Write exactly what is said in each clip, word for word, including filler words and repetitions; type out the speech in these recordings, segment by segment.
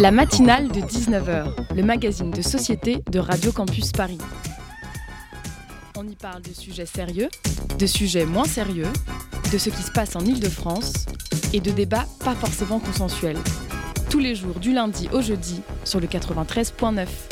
La matinale de dix-neuf heures, le magazine de société de Radio Campus Paris. On y parle de sujets sérieux, de sujets moins sérieux, de ce qui se passe en Île-de-France et de débats pas forcément consensuels. Tous les jours du lundi au jeudi sur le quatre-vingt-treize virgule neuf.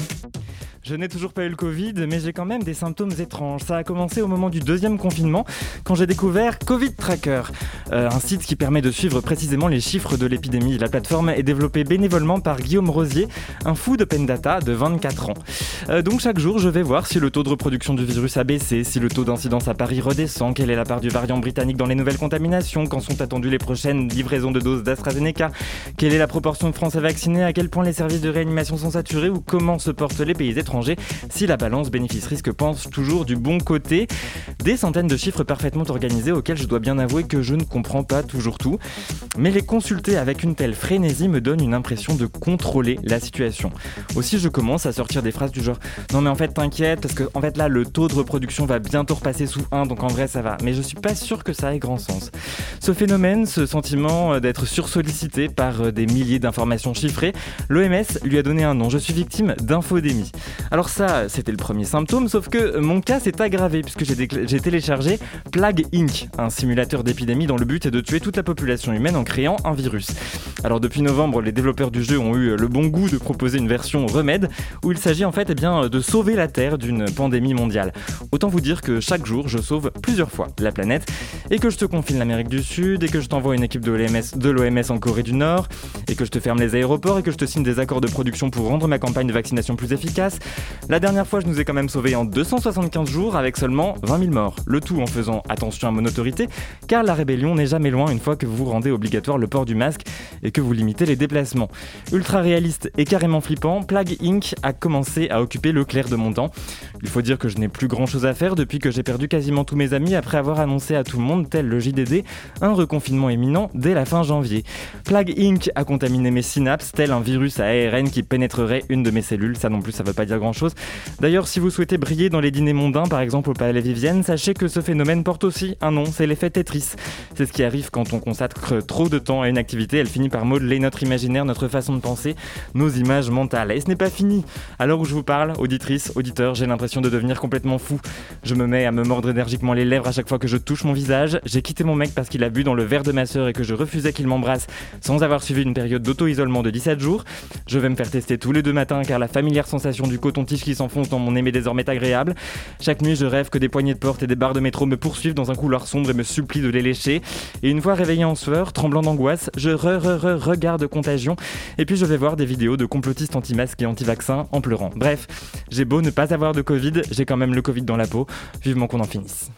Je n'ai toujours pas eu le Covid, mais j'ai quand même des symptômes étranges. Ça a commencé au moment du deuxième confinement, quand j'ai découvert Covid Tracker, euh, un site qui permet de suivre précisément les chiffres de l'épidémie. La plateforme est développée bénévolement par Guillaume Rosier, un fou d'open data de vingt-quatre ans. Euh, donc chaque jour, je vais voir si le taux de reproduction du virus a baissé, si le taux d'incidence à Paris redescend, quelle est la part du variant britannique dans les nouvelles contaminations, quand sont attendues les prochaines livraisons de doses d'AstraZeneca, quelle est la proportion de Français vaccinés, à quel point les services de réanimation sont saturés ou comment se portent les pays étrangers. Si la balance bénéfice-risque pense toujours du bon côté. Des centaines de chiffres parfaitement organisés auxquels je dois bien avouer que je ne comprends pas toujours tout. Mais les consulter avec une telle frénésie me donne une impression de contrôler la situation. Aussi, je commence à sortir des phrases du genre « Non mais en fait t'inquiète parce que en fait là le taux de reproduction va bientôt repasser sous un donc en vrai ça va ». Mais je suis pas sûr que ça ait grand sens. Ce phénomène, ce sentiment d'être sursollicité par des milliers d'informations chiffrées, l'O M S lui a donné un nom. Je suis victime d'infodémie. Alors ça, c'était le premier symptôme, sauf que mon cas s'est aggravé puisque j'ai, décl- j'ai téléchargé Plague Incorporated, un simulateur d'épidémie dont le but est de tuer toute la population humaine en créant un virus. Alors depuis novembre, les développeurs du jeu ont eu le bon goût de proposer une version remède où il s'agit en fait eh bien, de sauver la Terre d'une pandémie mondiale. Autant vous dire que chaque jour, je sauve plusieurs fois la planète et que je te confine l'Amérique du Sud et que je t'envoie une équipe de l'O M S, de l'O M S en Corée du Nord et que je te ferme les aéroports et que je te signe des accords de production pour rendre ma campagne de vaccination plus efficace. La dernière fois, je nous ai quand même sauvés en deux cent soixante-quinze jours avec seulement vingt mille morts. Le tout en faisant attention à mon autorité, car la rébellion n'est jamais loin une fois que vous rendez obligatoire le port du masque et que vous limitez les déplacements. Ultra réaliste et carrément flippant, Plague Incorporated a commencé à occuper le clair de mon temps. Il faut dire que je n'ai plus grand chose à faire depuis que j'ai perdu quasiment tous mes amis après avoir annoncé à tout le monde, tel le J D D, un reconfinement imminent dès la fin janvier. Plague Incorporated a contaminé mes synapses, tel un virus à A R N qui pénétrerait une de mes cellules. Ça non plus, ça veut pas dire grand chose. D'ailleurs, si vous souhaitez briller dans les dîners mondains, par exemple au Palais Vivienne, sachez que ce phénomène porte aussi un nom, c'est l'effet Tetris. C'est ce qui arrive quand on consacre trop de temps à une activité, elle finit par modeler notre imaginaire, notre façon de penser, nos images mentales. Et ce n'est pas fini. À l'heure où je vous parle, auditrice, auditeur, j'ai l'impression de devenir complètement fou. Je me mets à me mordre énergiquement les lèvres à chaque fois que je touche mon visage. J'ai quitté mon mec parce qu'il a bu dans le verre de ma sœur et que je refusais qu'il m'embrasse sans avoir suivi une période d'auto-isolement de dix-sept jours. Je vais me faire tester tous les deux matins car la familière sensation du coton-tige qui s'enfonce dans mon nez m'est désormais agréable. Chaque nuit, je rêve que des poignées de porte et des barres de métro me poursuivent dans un couloir sombre et me supplient de les lécher. Et une fois réveillé en sueur, tremblant d'angoisse, je re-re-re-regarde Contagion et puis je vais voir des vidéos de complotistes anti-masques et anti-vaccins en pleurant. Bref, j'ai beau ne pas avoir de Covid, j'ai quand même le Covid dans la peau. Vivement qu'on en finisse.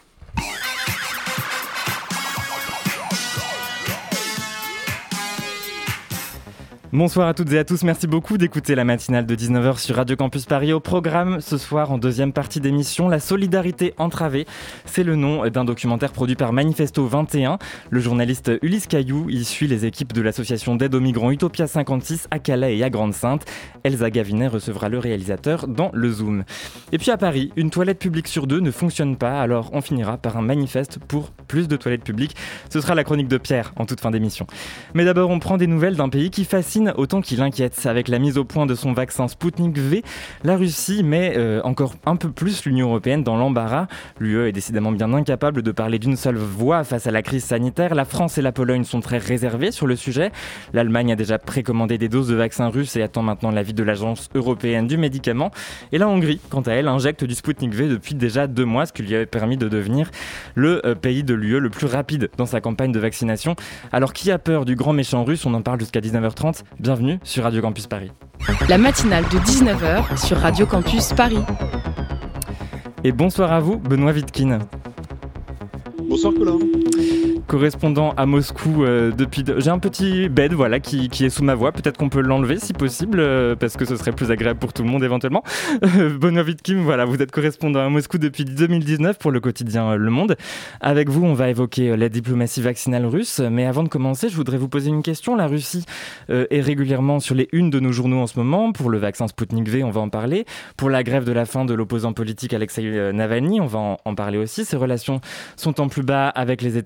Bonsoir à toutes et à tous, merci beaucoup d'écouter la matinale de dix-neuf heures sur Radio Campus Paris. Au programme ce soir, en deuxième partie d'émission, La solidarité entravée. C'est le nom d'un documentaire produit par Manifesto vingt et un. Le journaliste Ulysse Caillou y suit les équipes de l'association d'aide aux migrants Utopia cinquante-six à Calais et à Grande-Sainte. Elsa Gavinet recevra le réalisateur dans le Zoom. Et puis à Paris, une toilette publique sur deux ne fonctionne pas, alors on finira par un manifeste pour plus de toilettes publiques. Ce sera la chronique de Pierre en toute fin d'émission. Mais d'abord, on prend des nouvelles d'un pays qui fascine autant qu'il inquiète. Avec la mise au point de son vaccin Sputnik V, la Russie met euh, encore un peu plus l'Union européenne dans l'embarras. L'U E est décidément bien incapable de parler d'une seule voix face à la crise sanitaire. La France et la Pologne sont très réservées sur le sujet. L'Allemagne a déjà précommandé des doses de vaccin russe et attend maintenant l'avis de l'Agence européenne du médicament. Et la Hongrie, quant à elle, injecte du Sputnik V depuis déjà deux mois, ce qui lui avait permis de devenir le euh, pays de l'U E le plus rapide dans sa campagne de vaccination. Alors qui a peur du grand méchant russe ? On en parle jusqu'à dix-neuf heures trente. Bienvenue sur Radio Campus Paris. La matinale de dix-neuf heures sur Radio Campus Paris. Et bonsoir à vous, Benoît Wittkin. Bonsoir Colin. Correspondant à Moscou euh, depuis... De... J'ai un petit bed voilà, qui, qui est sous ma voix. Peut-être qu'on peut l'enlever si possible, euh, parce que ce serait plus agréable pour tout le monde éventuellement. Euh, Benoît Wittkin, voilà, vous êtes correspondant à Moscou depuis deux mille dix-neuf pour le quotidien euh, Le Monde. Avec vous, on va évoquer euh, la diplomatie vaccinale russe. Mais avant de commencer, je voudrais vous poser une question. La Russie euh, est régulièrement sur les unes de nos journaux en ce moment. Pour le vaccin Sputnik V, on va en parler. Pour la grève de la faim de l'opposant politique Alexei Navalny, on va en, en parler aussi. Ses relations sont en plus bas avec les États, au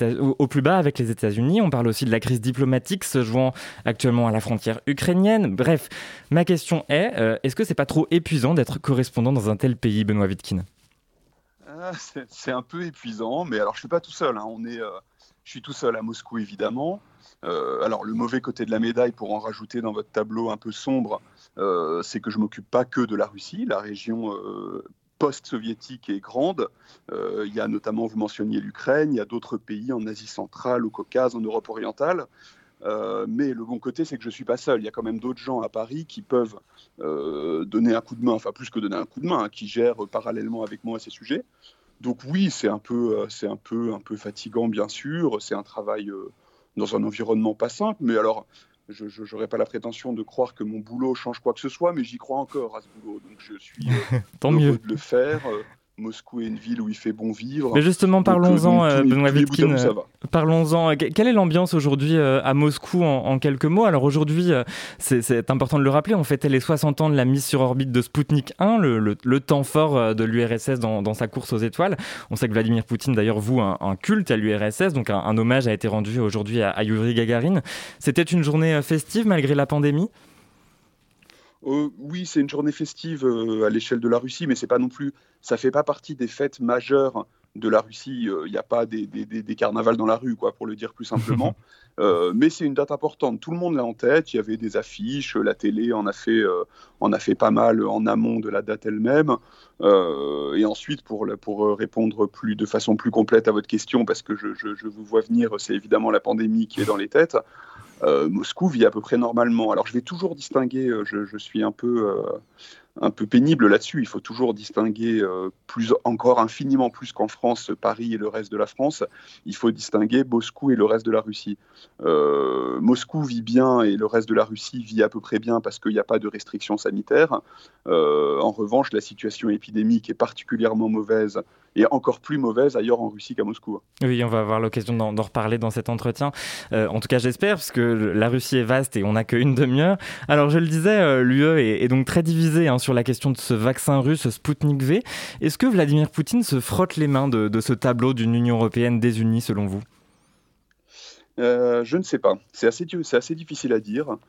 au plus bas avec les États-Unis. On parle aussi de la crise diplomatique se jouant actuellement à la frontière ukrainienne. Bref, ma question est, euh, est-ce que c'est pas trop épuisant d'être correspondant dans un tel pays, Benoît Wittkin ? Ah, c'est, c'est un peu épuisant, mais alors je suis pas tout seul. Hein. On est, euh, je suis tout seul à Moscou, évidemment. Euh, alors le mauvais côté de la médaille, pour en rajouter dans votre tableau un peu sombre, euh, c'est que je m'occupe pas que de la Russie. La région euh, post-soviétique est grande. Euh, il y a notamment, vous mentionniez l'Ukraine, il y a d'autres pays en Asie centrale, au Caucase, en Europe orientale. Euh, mais le bon côté, c'est que je ne suis pas seul. Il y a quand même d'autres gens à Paris qui peuvent euh, donner un coup de main, enfin plus que donner un coup de main, hein, qui gèrent euh, parallèlement avec moi ces sujets. Donc oui, c'est un peu, euh, c'est un peu, un peu fatigant, bien sûr. C'est un travail euh, dans un environnement pas simple. Mais alors, je n'aurais pas la prétention de croire que mon boulot change quoi que ce soit, mais j'y crois encore à ce boulot. Donc je suis euh, Tant heureux mieux. de le faire. Euh, Moscou est une ville où il fait bon vivre. Mais justement, parlons-en, donc, euh, donc, tous les- Benoît tous les bouts à bout, Wittkin. ça va. Parlons-en. Quelle est l'ambiance aujourd'hui euh, à Moscou en, en quelques mots ? Alors aujourd'hui, euh, c'est, c'est important de le rappeler, on fêtait les soixante ans de la mise sur orbite de Sputnik un, le, le, le temps fort euh, de l'U R S S dans, dans sa course aux étoiles. On sait que Vladimir Poutine, d'ailleurs, voue un, un culte à l'U R S S, donc un, un hommage a été rendu aujourd'hui à, à Yuri Gagarin. C'était une journée festive malgré la pandémie ? Euh, oui, c'est une journée festive euh, à l'échelle de la Russie, mais c'est pas non plus, ça fait pas partie des fêtes majeures de la Russie. Il euh, n'y a pas des, des, des, des carnavals dans la rue, quoi, pour le dire plus simplement. Euh, mais c'est une date importante. Tout le monde l'a en tête. Il y avait des affiches, la télé en a fait, euh, en a fait pas mal en amont de la date elle-même. Euh, et ensuite, pour, pour répondre plus, de façon plus complète à votre question, parce que je, je, je vous vois venir, c'est évidemment la pandémie qui est dans les têtes. Euh, Moscou vit à peu près normalement. Alors je vais toujours distinguer, euh, je, je suis un peu, euh, un peu pénible là-dessus, il faut toujours distinguer euh, plus, encore infiniment plus qu'en France, Paris et le reste de la France, il faut distinguer Moscou et le reste de la Russie. Euh, Moscou vit bien et le reste de la Russie vit à peu près bien parce qu'il n'y a pas de restrictions sanitaires. Euh, en revanche, la situation épidémique est particulièrement mauvaise et encore plus mauvaise ailleurs en Russie qu'à Moscou. Oui, on va avoir l'occasion d'en, d'en reparler dans cet entretien. Euh, en tout cas, j'espère, parce que la Russie est vaste et on n'a qu'une demi-heure. Alors, je le disais, euh, l'U E est, est donc très divisée hein, sur la question de ce vaccin russe Sputnik V. Est-ce que Vladimir Poutine se frotte les mains de, de ce tableau d'une Union européenne désunie, selon vous ? Euh, je ne sais pas. C'est assez, c'est assez difficile à dire.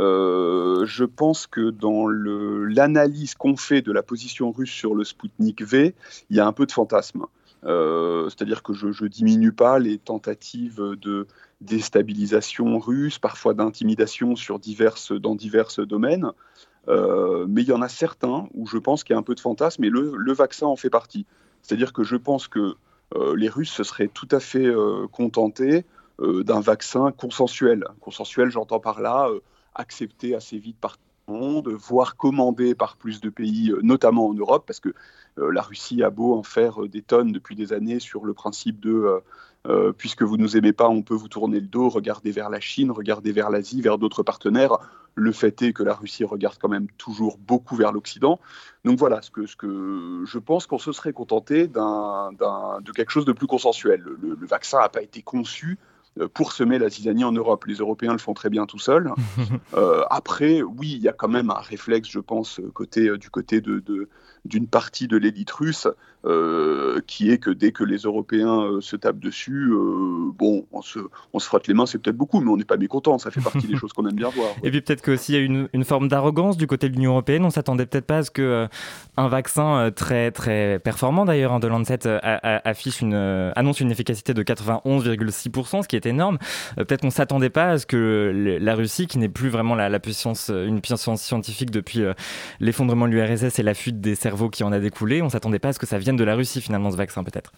Euh, je pense que dans le, l'analyse qu'on fait de la position russe sur le Sputnik V, il y a un peu de fantasme. Euh, c'est-à-dire que je ne diminue pas les tentatives de déstabilisation russe, parfois d'intimidation sur diverses, dans divers domaines. Euh, mais il y en a certains où je pense qu'il y a un peu de fantasme et le, le vaccin en fait partie. C'est-à-dire que je pense que euh, les Russes se seraient tout à fait euh, contentés Euh, d'un vaccin consensuel. Consensuel, j'entends par là, euh, accepté assez vite par tout le monde, voire commandé par plus de pays, euh, notamment en Europe, parce que euh, la Russie a beau en faire euh, des tonnes depuis des années sur le principe de euh, euh, puisque vous ne nous aimez pas, on peut vous tourner le dos, regardez vers la Chine, regardez vers l'Asie, vers d'autres partenaires. Le fait est que la Russie regarde quand même toujours beaucoup vers l'Occident. Donc voilà, ce que, ce que je pense qu'on se serait contenté d'un, d'un, de quelque chose de plus consensuel. Le, le, le vaccin n'a pas été conçu pour semer la zizanie en Europe. Les Européens le font très bien tout seuls. Euh, après, oui, il y a quand même un réflexe, je pense, côté, euh, du côté de, de, d'une partie de l'élite russe, euh, qui est que dès que les Européens euh, se tapent dessus, euh, bon, on se, on se frotte les mains, c'est peut-être beaucoup, mais on n'est pas mécontent, ça fait partie des choses qu'on aime bien voir. Ouais. Et puis peut-être qu'il y a une, une forme d'arrogance du côté de l'Union européenne. On s'attendait peut-être pas à ce qu'un euh, vaccin euh, très, très performant, d'ailleurs, hein, de Lancet euh, a, a, affiche une, euh, annonce une efficacité de quatre-vingt-onze virgule six pour cent, ce qui est énorme. Euh, peut-être qu'on s'attendait pas à ce que le, la Russie, qui n'est plus vraiment la, la puissance, une puissance scientifique depuis euh, l'effondrement de l'U R S S et la fuite des cerveaux qui en a découlé, on s'attendait pas à ce que ça vienne de la Russie, finalement, ce vaccin, peut-être.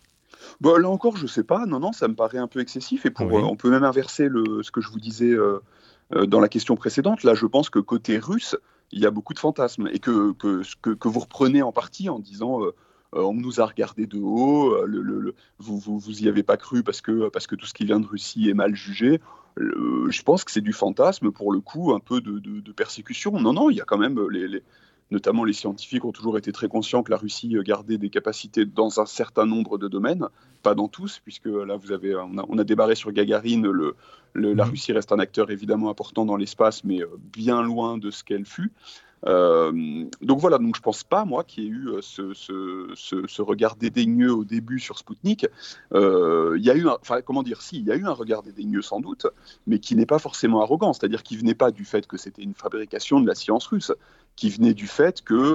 Bon, là encore, je sais pas. Non, non, ça me paraît un peu excessif. Et pour, oui. euh, on peut même inverser le, ce que je vous disais euh, euh, dans la question précédente. Là, je pense que côté russe, il y a beaucoup de fantasmes et que, que, que, que vous reprenez en partie en disant euh, euh, on nous a regardé de haut, euh, le, le, le, vous, vous, vous y avez pas cru parce que, parce que tout ce qui vient de Russie est mal jugé. Le, je pense que c'est du fantasme, pour le coup, un peu de, de, de persécution. Non, non, il y a quand même les... les notamment les scientifiques ont toujours été très conscients que la Russie gardait des capacités dans un certain nombre de domaines, pas dans tous, puisque là, vous avez, on a, on a débarré sur Gagarine, le, le, la Russie reste un acteur évidemment important dans l'espace, mais bien loin de ce qu'elle fut. Euh, donc voilà, donc je pense pas, moi, qu'il y ait eu ce, ce, ce, ce regard dédaigneux au début sur Spoutnik. Euh, il y a eu, un, enfin, comment dire, si, il y a eu un regard dédaigneux sans doute, mais qui n'est pas forcément arrogant, c'est-à-dire qui venait pas du fait que c'était une fabrication de la science russe, qui venait du fait que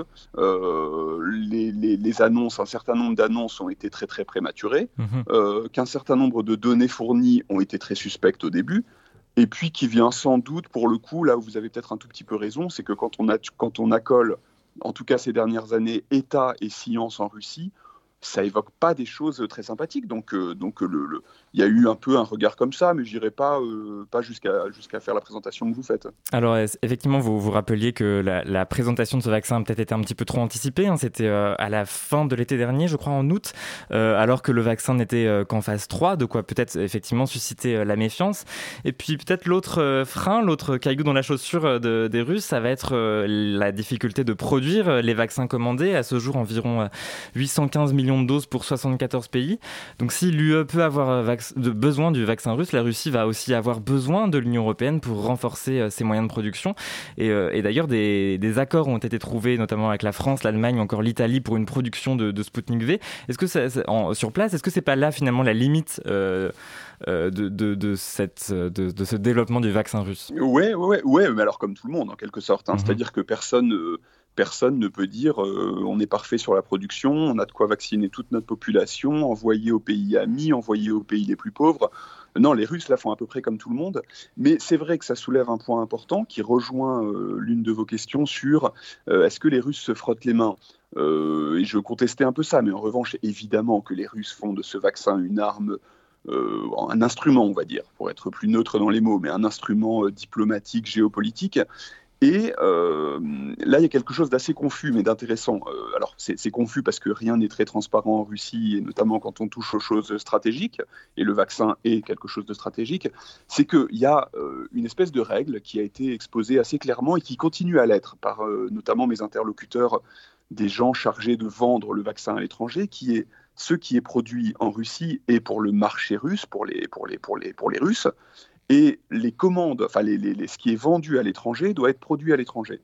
euh, les, les, les annonces, un certain nombre d'annonces ont été très très prématurées, mmh. euh, qu'un certain nombre de données fournies ont été très suspectes au début. Et puis qui vient sans doute, pour le coup, là où vous avez peut-être un tout petit peu raison, c'est que quand on, a, quand on accole, en tout cas ces dernières années, État et science en Russie, ça évoque pas des choses très sympathiques. Donc, euh, donc le, le, y a eu un peu un regard comme ça, mais je n'irai pas, euh, pas jusqu'à, jusqu'à faire la présentation que vous faites. Alors, effectivement, vous vous rappeliez que la, la présentation de ce vaccin a peut-être été un petit peu trop anticipée. Hein. C'était euh, à la fin de l'été dernier, je crois, en août, euh, alors que le vaccin n'était euh, qu'en phase trois, de quoi peut-être effectivement susciter euh, la méfiance. Et puis peut-être l'autre euh, frein, l'autre caillou dans la chaussure de, des Russes, ça va être euh, la difficulté de produire les vaccins commandés. À ce jour, environ euh, huit cent quinze millions de doses pour soixante-quatorze pays. Donc si l'U E peut avoir vac- de besoin du vaccin russe, la Russie va aussi avoir besoin de l'Union européenne pour renforcer euh, ses moyens de production. Et, euh, et d'ailleurs, des, des accords ont été trouvés, notamment avec la France, l'Allemagne, encore l'Italie, pour une production de, de Sputnik V. Est-ce que ça, en, sur place, est-ce que c'est pas là finalement la limite euh, euh, de, de, de, cette, de, de ce développement du vaccin russe ? Oui, ouais, ouais, mais alors comme tout le monde, en quelque sorte. Hein. Mm-hmm. C'est-à-dire que personne... Euh... Personne ne peut dire euh, on est parfait sur la production, on a de quoi vacciner toute notre population, envoyer aux pays amis, envoyer aux pays les plus pauvres. Non, les Russes là font à peu près comme tout le monde. Mais c'est vrai que ça soulève un point important qui rejoint euh, l'une de vos questions sur euh, est-ce que les Russes se frottent les mains euh, et je contestais un peu ça, mais en revanche, évidemment que les Russes font de ce vaccin une arme. Euh, un instrument, on va dire, pour être plus neutre dans les mots, mais un instrument euh, diplomatique, géopolitique. Et euh, là, il y a quelque chose d'assez confus, mais d'intéressant. Euh, alors, c'est, c'est confus parce que rien n'est très transparent en Russie, et notamment quand on touche aux choses stratégiques, et le vaccin est quelque chose de stratégique. C'est qu'il y a euh, une espèce de règle qui a été exposée assez clairement et qui continue à l'être par euh, notamment mes interlocuteurs, des gens chargés de vendre le vaccin à l'étranger, qui est ce qui est produit en Russie et pour le marché russe, pour les, pour les, pour les, pour les Russes. Et les commandes, enfin les, les, les, ce qui est vendu à l'étranger doit être produit à l'étranger,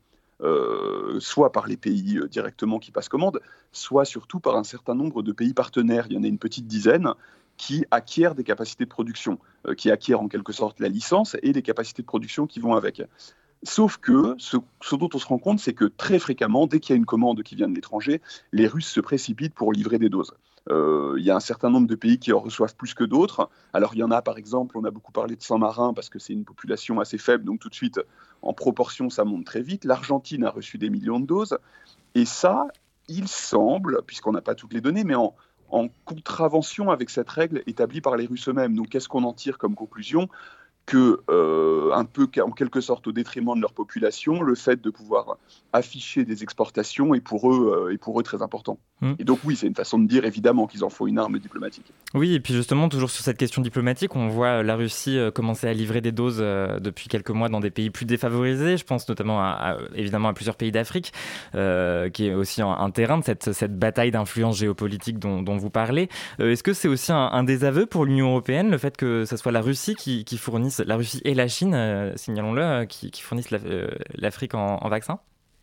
euh, soit par les pays euh, directement qui passent commande, soit surtout par un certain nombre de pays partenaires. Il y en a une petite dizaine qui acquièrent des capacités de production, euh, qui acquièrent en quelque sorte la licence et les capacités de production qui vont avec. Sauf que ce, ce dont on se rend compte, c'est que très fréquemment, dès qu'il y a une commande qui vient de l'étranger, les Russes se précipitent pour livrer des doses. Euh, il y a un certain nombre de pays qui en reçoivent plus que d'autres. Alors il y en a par exemple, on a beaucoup parlé de Saint-Marin parce que c'est une population assez faible, donc tout de suite, en proportion, ça monte très vite. L'Argentine a reçu des millions de doses. Et ça, il semble, puisqu'on n'a pas toutes les données, mais en, en contravention avec cette règle établie par les Russes eux-mêmes. Donc qu'est-ce qu'on en tire comme conclusion ? Que, euh, un peu en quelque sorte au détriment de leur population, le fait de pouvoir afficher des exportations est pour eux, euh, est pour eux très important. Mmh. Et donc oui, c'est une façon de dire évidemment qu'ils en font une arme diplomatique. Oui, et puis justement, toujours sur cette question diplomatique, on voit la Russie commencer à livrer des doses euh, depuis quelques mois dans des pays plus défavorisés. Je pense notamment à, à, évidemment à plusieurs pays d'Afrique, euh, qui est aussi un, un terrain de cette, cette bataille d'influence géopolitique dont, dont vous parlez. Euh, est-ce que c'est aussi un, un désaveu pour l'Union européenne, le fait que ce soit la Russie qui, qui fournisse, la Russie et la Chine, euh, signalons-le, euh, qui, qui fournissent la, euh, l'Afrique en, en vaccins ?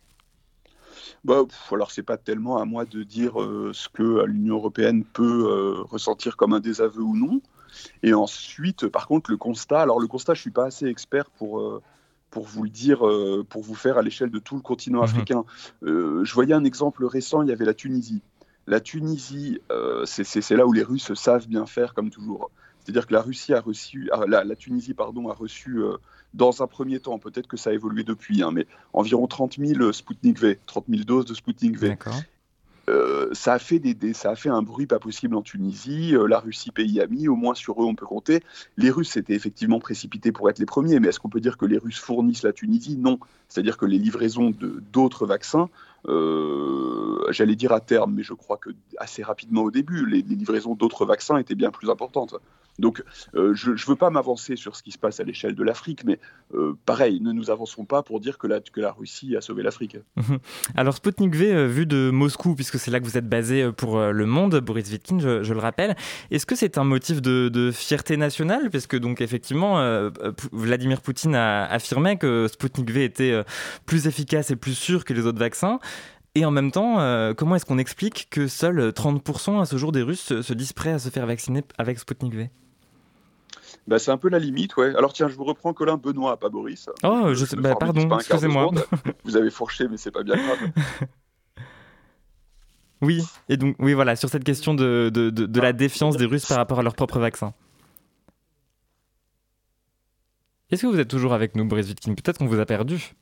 Bah, pff, alors, c'est pas tellement à moi de dire euh, ce que l'Union européenne peut euh, ressentir comme un désaveu ou non. Et ensuite, par contre, le constat, alors le constat, je suis pas assez expert pour, euh, pour vous le dire, euh, pour vous faire à l'échelle de tout le continent africain. Mmh. Euh, je voyais un exemple récent, il y avait la Tunisie. La Tunisie, euh, c'est, c'est, c'est là où les Russes savent bien faire, comme toujours. C'est-à-dire que la Russie a reçu, la, la Tunisie pardon, a reçu euh, dans un premier temps, peut-être que ça a évolué depuis, hein, mais environ trente mille Sputnik V, trente mille doses de Sputnik V. D'accord. Euh, ça, a fait des, des, ça a fait un bruit pas possible en Tunisie. Euh, la Russie, pays ami, au moins sur eux, on peut compter. Les Russes étaient effectivement précipités pour être les premiers, mais est-ce qu'on peut dire que les Russes fournissent la Tunisie ? Non. C'est-à-dire que les livraisons de, d'autres vaccins, euh, j'allais dire à terme, mais je crois que assez rapidement au début, les, les livraisons d'autres vaccins étaient bien plus importantes. Donc, euh, je ne veux pas m'avancer sur ce qui se passe à l'échelle de l'Afrique, mais euh, pareil, ne nous avançons pas pour dire que la, que la Russie a sauvé l'Afrique. Alors, Sputnik V, euh, vu de Moscou, puisque c'est là que vous êtes basé pour euh, Le Monde, Boris Vitkine, je, je le rappelle, est-ce que c'est un motif de, de fierté nationale ? Parce que, donc, effectivement, euh, Vladimir Poutine a affirmé que Sputnik V était euh, plus efficace et plus sûr que les autres vaccins. Et en même temps, euh, comment est-ce qu'on explique que seuls trente pour cent à ce jour des Russes se, se disent prêts à se faire vacciner avec Sputnik V ? Bah, c'est un peu la limite, ouais. Alors tiens, je vous reprends Colin, Benoît, pas Boris. Oh, je sais, bah, pardon, excusez-moi. Vous avez fourché, mais c'est pas bien grave. Oui, et donc, oui, voilà, sur cette question de, de, de, de la défiance des Russes par rapport à leur propre vaccin. Est-ce que vous êtes toujours avec nous, Boris Vitkine ? Peut-être qu'on vous a perdu.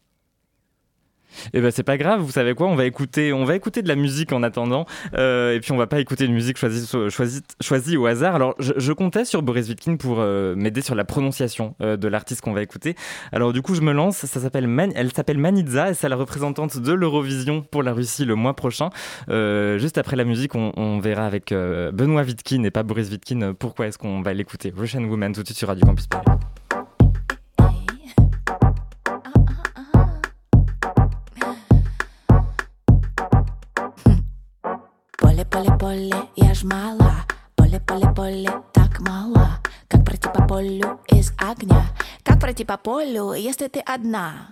Eh ben c'est pas grave, vous savez quoi, on va écouter, on va écouter de la musique en attendant, euh, et puis on va pas écouter une musique choisie, choisie, choisie au hasard. Alors je, je comptais sur Boris Vitkine pour euh, m'aider sur la prononciation euh, de l'artiste qu'on va écouter. Alors du coup je me lance, ça s'appelle Man, elle s'appelle Manitza et c'est la représentante de l'Eurovision pour la Russie le mois prochain. Euh, juste après la musique, on, on verra avec euh, Benoît Vitkine et pas Boris Vitkine pourquoi est-ce qu'on va l'écouter. Russian Woman tout de suite sur Radio Campus Paris. Поле-поле-поле, я ж мала. Поле-поле-поле, так мало. Как пройти по полю из огня? Как пройти по полю, если ты одна?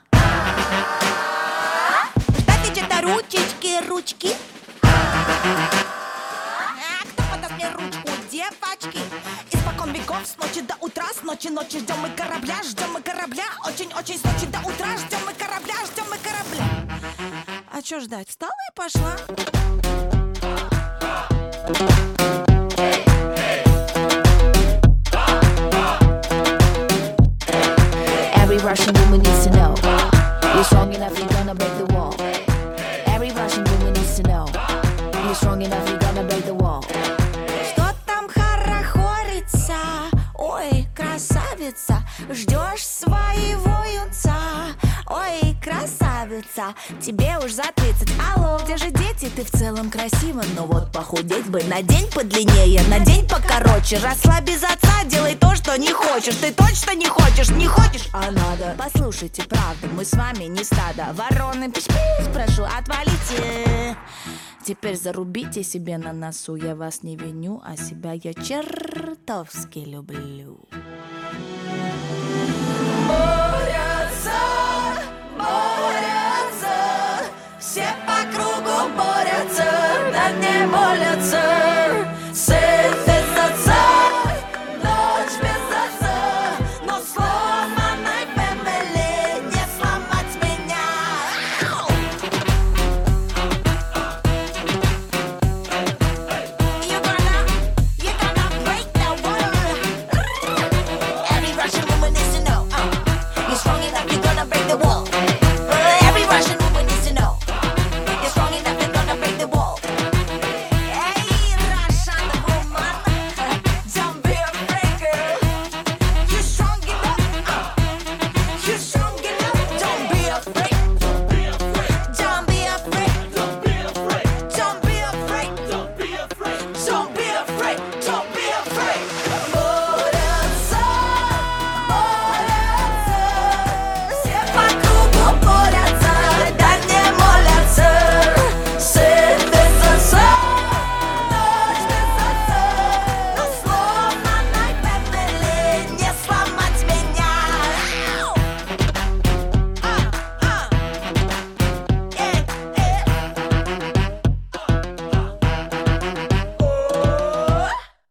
Ждать где-то ручечки, ручки. Кто подаст мне ручку, девочки? Испокон веков, с ночи до утра, с ночи ночи ждем мы корабля, ждем мы корабля. Очень-очень с ночи до утра, ждем мы корабля, ждем мы корабля. А чё ждать? Встала и пошла. Every Russian woman needs to know you're strong enough, you're gonna break the wall. Every Russian woman needs to know you're strong enough, you're gonna break the wall. Что там хорохорится? Ой, красавица, ждешь своего юнца. Ой, красавица, тебе уж за тридцать. Алло, где же дети? Ты в целом красива, но вот похудеть бы на день подлиннее, на день покороче. Росла без отца, делай то, что не хочешь. Ты точно не хочешь, не хочешь, а надо. Послушайте, правда, мы с вами не стадо. Вороны, пиш-пиш, прошу, отвалите. Теперь зарубите себе на носу. Я вас не виню, а себя я чертовски люблю. Борются, борются, все по кругу борются, да не молятся. Сын без отца, дочь без отца, но сломанной фэмили не сломать меня. You gonna, you gonna break the world. Every Russian woman needs to know. Uh, you're strong enough, you're gonna break the wall. Uh, every Russian woman needs to know. You're strong enough, you're gonna break the wall. Hey, Russian woman, don't be afraid, girl. You're strong enough, uh, you're strong enough. Don't be afraid. Don't be afraid. Don't be afraid. Don't be afraid. Don't be afraid. Don't be afraid. Don't be afraid. Don't be afraid. Борются, борются, все по кругу борются, да не молятся. Сын без отца, дочь без отца, но сломанной фэмили не сломать меня. А, а, э, э.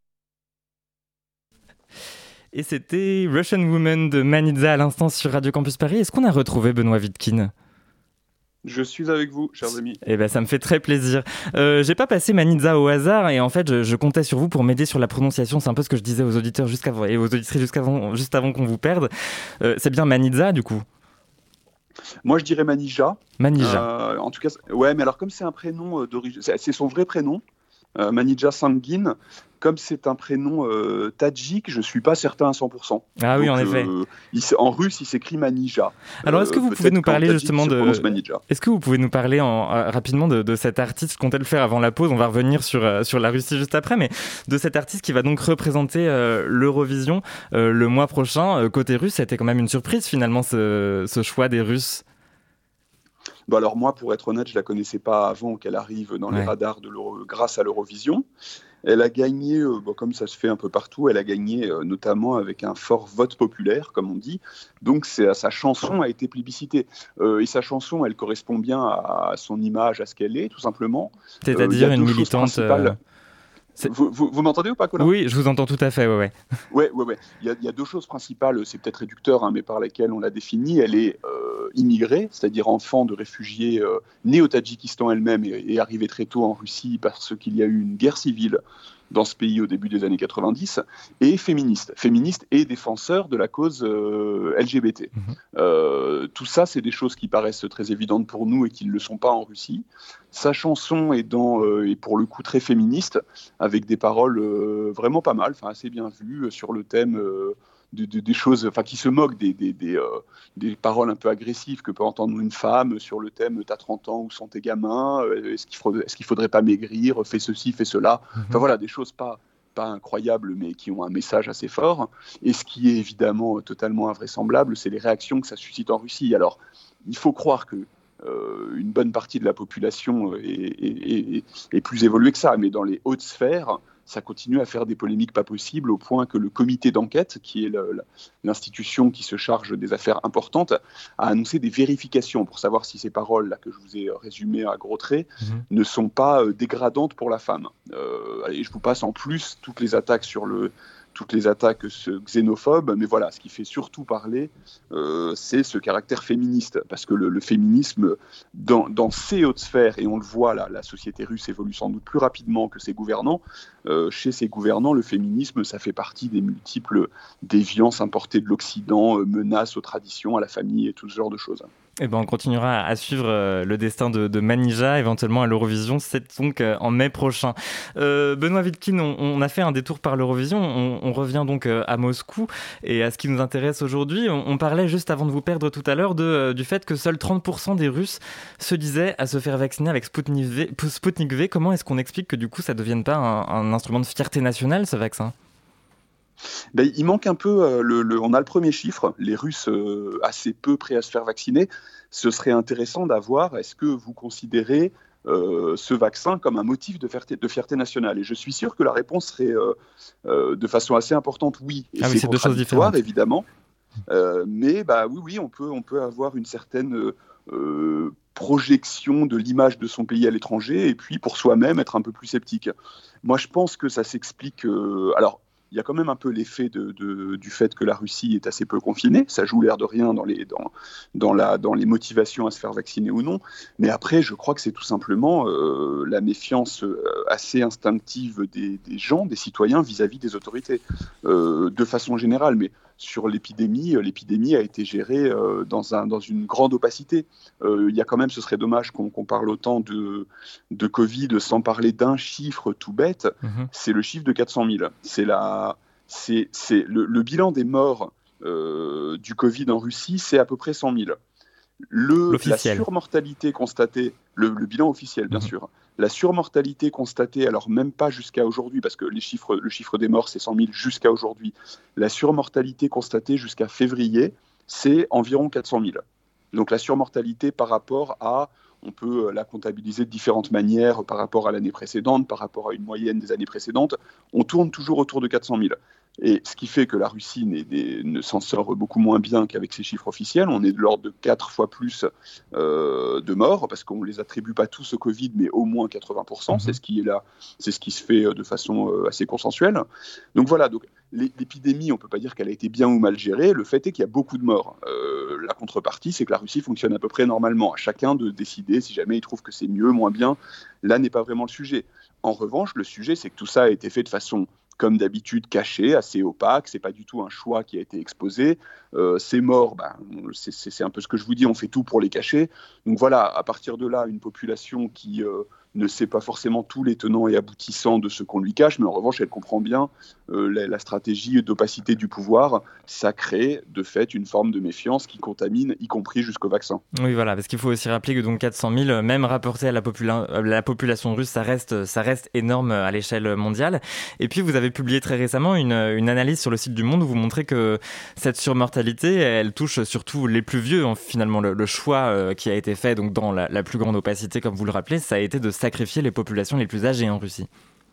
Et c'était Russian Woman de Manitza à l'instant sur Radio Campus Paris. Est-ce qu'on a retrouvé Benoît Vitkine ? Je suis avec vous, chers amis. Eh ben, ça me fait très plaisir. Euh, j'ai pas passé Manitza au hasard et en fait, je, je comptais sur vous pour m'aider sur la prononciation. C'est un peu ce que je disais aux auditeurs jusqu'avant et aux auditrices jusqu'avant, juste avant qu'on vous perde. Euh, c'est bien Manitza du coup. Moi, je dirais Manija. Manija. Euh, en tout cas, ouais, mais alors comme c'est un prénom euh, d'origine, c'est, c'est son vrai prénom. Euh, Manija Sangin, comme c'est un prénom euh, tadjik, je ne suis pas certain à cent pour cent. Ah oui, Donc, en effet. Euh, il, en russe, il s'écrit Manija. Alors, est-ce que vous Euh, pouvez nous parler tadjik, justement se de... prononce Manija. Est-ce que vous pouvez nous parler en, euh, rapidement de, de cet artiste, je comptais le faire avant la pause, on va revenir sur, euh, sur la Russie juste après, mais de cet artiste qui va donc représenter euh, l'Eurovision euh, le mois prochain. Euh, côté russe, ça a été quand même une surprise finalement, ce, ce choix des Russes. Bon, alors moi, pour être honnête, je ne la connaissais pas avant qu'elle arrive dans Ouais. les radars de l'Euro, grâce à l'Eurovision. Elle a gagné, euh, bon, comme ça se fait un peu partout, elle a gagné euh, notamment avec un fort vote populaire, comme on dit. Donc c'est, sa chanson a été plébiscitée. Euh, et sa chanson, elle correspond bien à, à son image, à ce qu'elle est, tout simplement. C'est-à-dire Euh, une militante... Euh... Vous, vous, vous m'entendez ou pas, Colin ? Oui, je vous entends tout à fait, ouais, ouais. Ouais, ouais, ouais. Il y a, il y a deux choses principales, c'est peut-être réducteur, hein, mais par lesquelles on l'a définie. Elle est euh, immigrée, c'est-à-dire enfant de réfugiés euh, née au Tadjikistan elle-même et, et arrivée très tôt en Russie parce qu'il y a eu une guerre civile dans ce pays au début des années quatre-vingt-dix, et féministe, féministe et défenseur de la cause euh, L G B T. Mmh. Euh, tout ça, c'est des choses qui paraissent très évidentes pour nous et qui ne le sont pas en Russie. Sa chanson est, dans, euh, est pour le coup très féministe, avec des paroles euh, vraiment pas mal, enfin assez bien vues, sur le thème euh, de, de, des choses, enfin qui se moquent des, des, des, euh, des paroles un peu agressives que peut entendre une femme sur le thème « t'as trente ans, où sont tes gamins ? Est-ce qu'il faudrait, est-ce qu'il faudrait pas maigrir ? Fais ceci, fais cela ?» Enfin voilà, des choses pas, pas incroyables, mais qui ont un message assez fort. Et ce qui est évidemment totalement invraisemblable, c'est les réactions que ça suscite en Russie. Alors, il faut croire que euh, une bonne partie de la population est, est, est, est plus évoluée que ça, mais dans les hautes sphères, ça continue à faire des polémiques pas possibles, au point que le comité d'enquête, qui est le, l'institution qui se charge des affaires importantes, a annoncé des vérifications pour savoir si ces paroles-là que je vous ai résumées à gros traits mmh. ne sont pas euh, dégradantes pour la femme. Euh, allez, je vous passe en plus toutes les attaques sur le... toutes les attaques xénophobes, mais voilà, ce qui fait surtout parler, euh, c'est ce caractère féministe, parce que le, le féminisme, dans, dans ces hautes sphères, et on le voit, là, la société russe évolue sans doute plus rapidement que ses gouvernants, euh, chez ses gouvernants, le féminisme, ça fait partie des multiples déviances importées de l'Occident, euh, menaces aux traditions, à la famille et tout ce genre de choses. Eh ben, on continuera à suivre euh, le destin de, de Manija, éventuellement à l'Eurovision, c'est donc euh, en mai prochain. Euh, Benoît Wilkin, on, on a fait un détour par l'Eurovision, on, on revient donc euh, à Moscou et à ce qui nous intéresse aujourd'hui. On, on parlait juste avant de vous perdre tout à l'heure de, euh, du fait que seuls trente pour cent des Russes se disaient à se faire vacciner avec Sputnik V. Sputnik V. Comment est-ce qu'on explique que du coup ça ne devienne pas un, un instrument de fierté nationale, ce vaccin ? Ben, il manque un peu, euh, le, le, on a le premier chiffre, les Russes euh, assez peu prêts à se faire vacciner. Ce serait intéressant d'avoir, est-ce que vous considérez euh, ce vaccin comme un motif de fierté, de fierté nationale ? Et je suis sûr que la réponse serait euh, euh, de façon assez importante oui. Et ah c'est, oui, c'est deux choses différentes. Évidemment. Euh, mais bah, oui, oui, on peut, on peut avoir une certaine euh, projection de l'image de son pays à l'étranger et puis pour soi-même être un peu plus sceptique. Moi, je pense que ça s'explique... Euh, alors, il y a quand même un peu l'effet de, de, du fait que la Russie est assez peu confinée. Ça joue l'air de rien dans les, dans, dans, la, dans les motivations à se faire vacciner ou non. Mais après, je crois que c'est tout simplement euh, la méfiance assez instinctive des, des gens, des citoyens vis-à-vis des autorités, euh, de façon générale. Mais sur l'épidémie, l'épidémie a été gérée euh, dans, un, dans une grande opacité. Euh, il y a quand même, ce serait dommage qu'on, qu'on parle autant de, de Covid sans parler d'un chiffre tout bête. Mmh. C'est le chiffre de quatre cent mille. C'est la C'est, c'est le, le bilan des morts euh, du Covid en Russie, c'est à peu près cent mille. Le, la surmortalité constatée, le, le bilan officiel bien mmh. sûr, la surmortalité constatée, alors même pas jusqu'à aujourd'hui, parce que les chiffres, le chiffre des morts c'est cent mille jusqu'à aujourd'hui, la surmortalité constatée jusqu'à février, c'est environ quatre cent mille. Donc la surmortalité par rapport à... On peut la comptabiliser de différentes manières par rapport à l'année précédente, par rapport à une moyenne des années précédentes. On tourne toujours autour de quatre cent mille. Et ce qui fait que la Russie n'est, n'est, ne s'en sort beaucoup moins bien qu'avec ses chiffres officiels. On est de l'ordre de quatre fois plus euh, de morts, parce qu'on ne les attribue pas tous au Covid, mais au moins quatre-vingts pour cent. Mmh. C'est ce qui est là, c'est ce qui se fait de façon euh, assez consensuelle. Donc voilà, donc, l'épidémie, on ne peut pas dire qu'elle a été bien ou mal gérée. Le fait est qu'il y a beaucoup de morts. Euh, la contrepartie, c'est que la Russie fonctionne à peu près normalement. À chacun de décider si jamais il trouve que c'est mieux, moins bien. Là n'est pas vraiment le sujet. En revanche, le sujet, c'est que tout ça a été fait de façon... comme d'habitude, caché, assez opaque. C'est pas du tout un choix qui a été exposé. Euh, ces morts, ben, c'est, c'est, c'est un peu ce que je vous dis, on fait tout pour les cacher. Donc voilà, à partir de là, une population qui, euh, ne sait pas forcément tous les tenants et aboutissants de ce qu'on lui cache, mais en revanche, elle comprend bien euh, la, la stratégie d'opacité du pouvoir. Ça crée, de fait, une forme de méfiance qui contamine, y compris jusqu'au vaccin. Oui, voilà, parce qu'il faut aussi rappeler que donc quatre cent mille, même rapporté à la, popula- à la population russe, ça reste, ça reste énorme à l'échelle mondiale. Et puis, vous avez publié très récemment une, une analyse sur le site du Monde où vous montrez que cette surmortalité, elle touche surtout les plus vieux. Finalement, le, le choix euh, qui a été fait donc dans la, la plus grande opacité, comme vous le rappelez, ça a été de sacrifier les populations les plus âgées en Russie.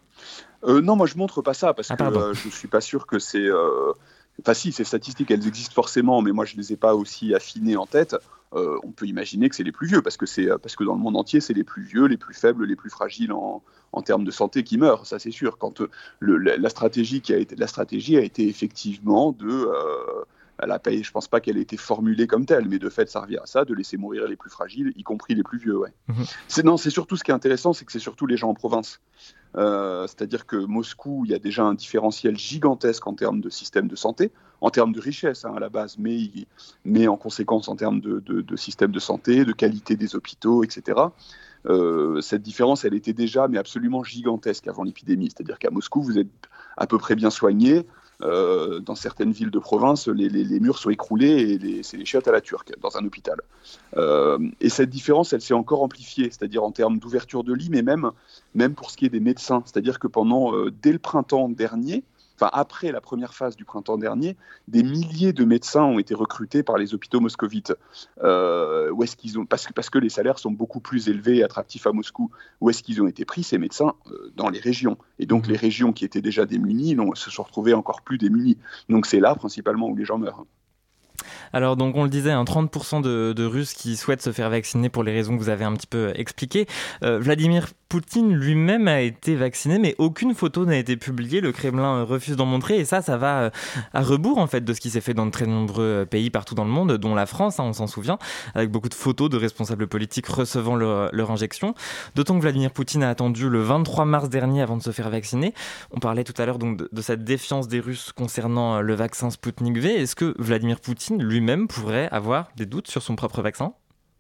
Euh, non, moi je montre pas ça parce ah, que euh, je suis pas sûr que c'est. Euh... Enfin, si, ces statistiques, elles existent forcément, mais moi je les ai pas aussi affinées en tête. Euh, on peut imaginer que c'est les plus vieux parce que c'est parce que dans le monde entier, c'est les plus vieux, les plus faibles, les plus fragiles en, en termes de santé qui meurent. Ça, c'est sûr. Quand euh, le, la, la stratégie qui a été, la stratégie a été effectivement de. Euh, Elle a pas, je ne pense pas qu'elle ait été formulée comme telle, mais de fait, ça revient à ça, de laisser mourir les plus fragiles, y compris les plus vieux. Ouais. Mmh. C'est, non, c'est surtout ce qui est intéressant, c'est que c'est surtout les gens en province. Euh, c'est-à-dire que Moscou, il y a déjà un différentiel gigantesque en termes de système de santé, en termes de richesse hein, à la base, mais, mais en conséquence en termes de, de, de système de santé, de qualité des hôpitaux, et cetera. Euh, cette différence, elle était déjà mais absolument gigantesque avant l'épidémie. C'est-à-dire qu'à Moscou, vous êtes à peu près bien soigné. Euh, dans certaines villes de province, les, les, les murs sont écroulés et les, c'est les chiottes à la turque dans un hôpital. Euh, et cette différence, elle s'est encore amplifiée, c'est-à-dire en termes d'ouverture de lits, mais même, même pour ce qui est des médecins. C'est-à-dire que pendant, euh, dès le printemps dernier, enfin après la première phase du printemps dernier, des milliers de médecins ont été recrutés par les hôpitaux moscovites. Euh, où est-ce qu'ils ont, parce que, parce que les salaires sont beaucoup plus élevés et attractifs à Moscou. Où est-ce qu'ils ont été pris, ces médecins euh, dans les régions. Et donc les régions qui étaient déjà démunies non, se sont retrouvées encore plus démunies. Donc c'est là principalement où les gens meurent. Alors donc on le disait, hein, trente pour cent de, de Russes qui souhaitent se faire vacciner pour les raisons que vous avez un petit peu expliquées. Euh, Vladimir Poutine lui-même a été vacciné, mais aucune photo n'a été publiée. Le Kremlin refuse d'en montrer et ça, ça va à rebours en fait de ce qui s'est fait dans de très nombreux pays partout dans le monde, dont la France, hein, on s'en souvient, avec beaucoup de photos de responsables politiques recevant leur, leur injection. D'autant que Vladimir Poutine a attendu le vingt-trois mars dernier avant de se faire vacciner. On parlait tout à l'heure donc de, de cette défiance des Russes concernant le vaccin Sputnik V. Est-ce que Vladimir Poutine lui-même pourrait avoir des doutes sur son propre vaccin ?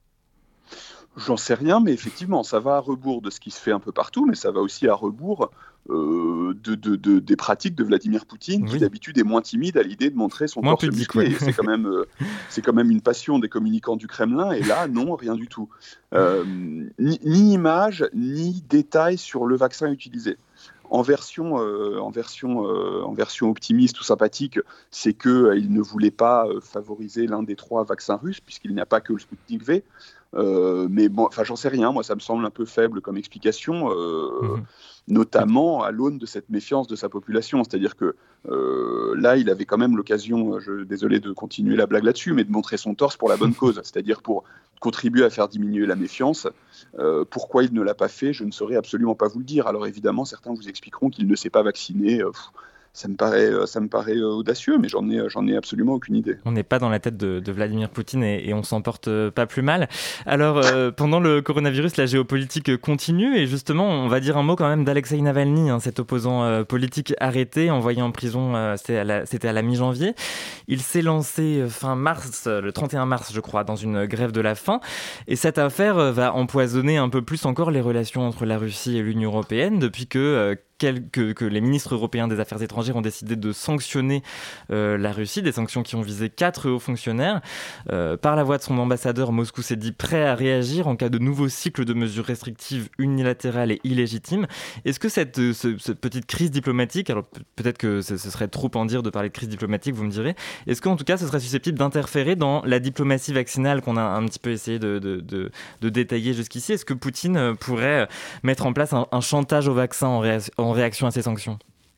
J'en sais rien, mais effectivement, ça va à rebours de ce qui se fait un peu partout, mais ça va aussi à rebours euh, de, de, de, des pratiques de Vladimir Poutine, oui. qui d'habitude est moins timide à l'idée de montrer son moins torse musclé. C'est quand même, euh, c'est quand même une passion des communicants du Kremlin, et là, non, rien du tout. Euh, ni, ni image, ni détails sur le vaccin utilisé. En version, euh, en, version, euh, en version optimiste ou sympathique, c'est qu'il euh, ne voulait pas euh, favoriser l'un des trois vaccins russes, puisqu'il n'y a pas que le Sputnik V. Euh, mais bon, enfin, j'en sais rien. Moi, ça me semble un peu faible comme explication, euh, mmh. notamment à l'aune de cette méfiance de sa population. C'est-à-dire que euh, là, il avait quand même l'occasion, je, désolé de continuer la blague là-dessus, mais de montrer son torse pour la bonne cause, c'est-à-dire pour contribuer à faire diminuer la méfiance. Euh, pourquoi il ne l'a pas fait, je ne saurais absolument pas vous le dire. Alors évidemment, certains vous expliqueront qu'il ne s'est pas vacciné. Euh, pff, Ça me paraît, ça me paraît audacieux, mais j'en ai, j'en ai absolument aucune idée. On n'est pas dans la tête de, de Vladimir Poutine et, et on s'en porte pas plus mal. Alors, euh, pendant le coronavirus, la géopolitique continue et justement, on va dire un mot quand même d'Alexeï Navalny, hein, cet opposant euh, politique arrêté, envoyé en prison, euh, c'était, à la, c'était à la mi-janvier. Il s'est lancé fin mars, le trente et un mars, je crois, dans une grève de la faim. Et cette affaire va empoisonner un peu plus encore les relations entre la Russie et l'Union européenne depuis que euh, Que, que les ministres européens des Affaires étrangères ont décidé de sanctionner euh, la Russie, des sanctions qui ont visé quatre hauts fonctionnaires. Euh, par la voix de son ambassadeur, Moscou s'est dit prêt à réagir en cas de nouveau cycle de mesures restrictives unilatérales et illégitimes. Est-ce que cette, ce, cette petite crise diplomatique, alors peut-être que ce, ce serait trop en dire de parler de crise diplomatique, vous me direz, est-ce qu'en tout cas ce serait susceptible d'interférer dans la diplomatie vaccinale qu'on a un petit peu essayé de, de, de, de détailler jusqu'ici ? Est-ce que Poutine pourrait mettre en place un, un chantage au vaccin en réaction en réaction à ces sanctions ?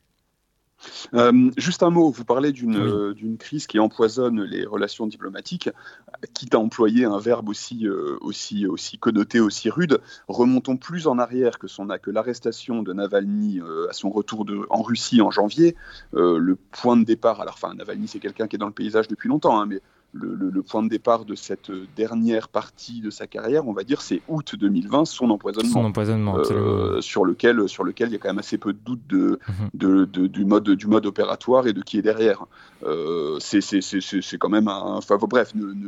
Euh, juste un mot, vous parlez d'une, oui. euh, d'une crise qui empoisonne les relations diplomatiques, quitte à employer un verbe aussi, euh, aussi, aussi connoté, aussi rude. Remontons plus en arrière que, son, que l'arrestation de Navalny euh, à son retour de, en Russie en janvier. Euh, le point de départ, alors enfin Navalny c'est quelqu'un qui est dans le paysage depuis longtemps, hein, mais Le, le, le point de départ de cette dernière partie de sa carrière, on va dire, c'est août deux mille vingt, son empoisonnement. Son empoisonnement, euh, sur lequel, sur lequel il y a quand même assez peu de doute de, mm-hmm. de, de, du, mode, du mode opératoire et de qui est derrière. Euh, c'est, c'est, c'est, c'est quand même un... Enfin, bref, ne, ne,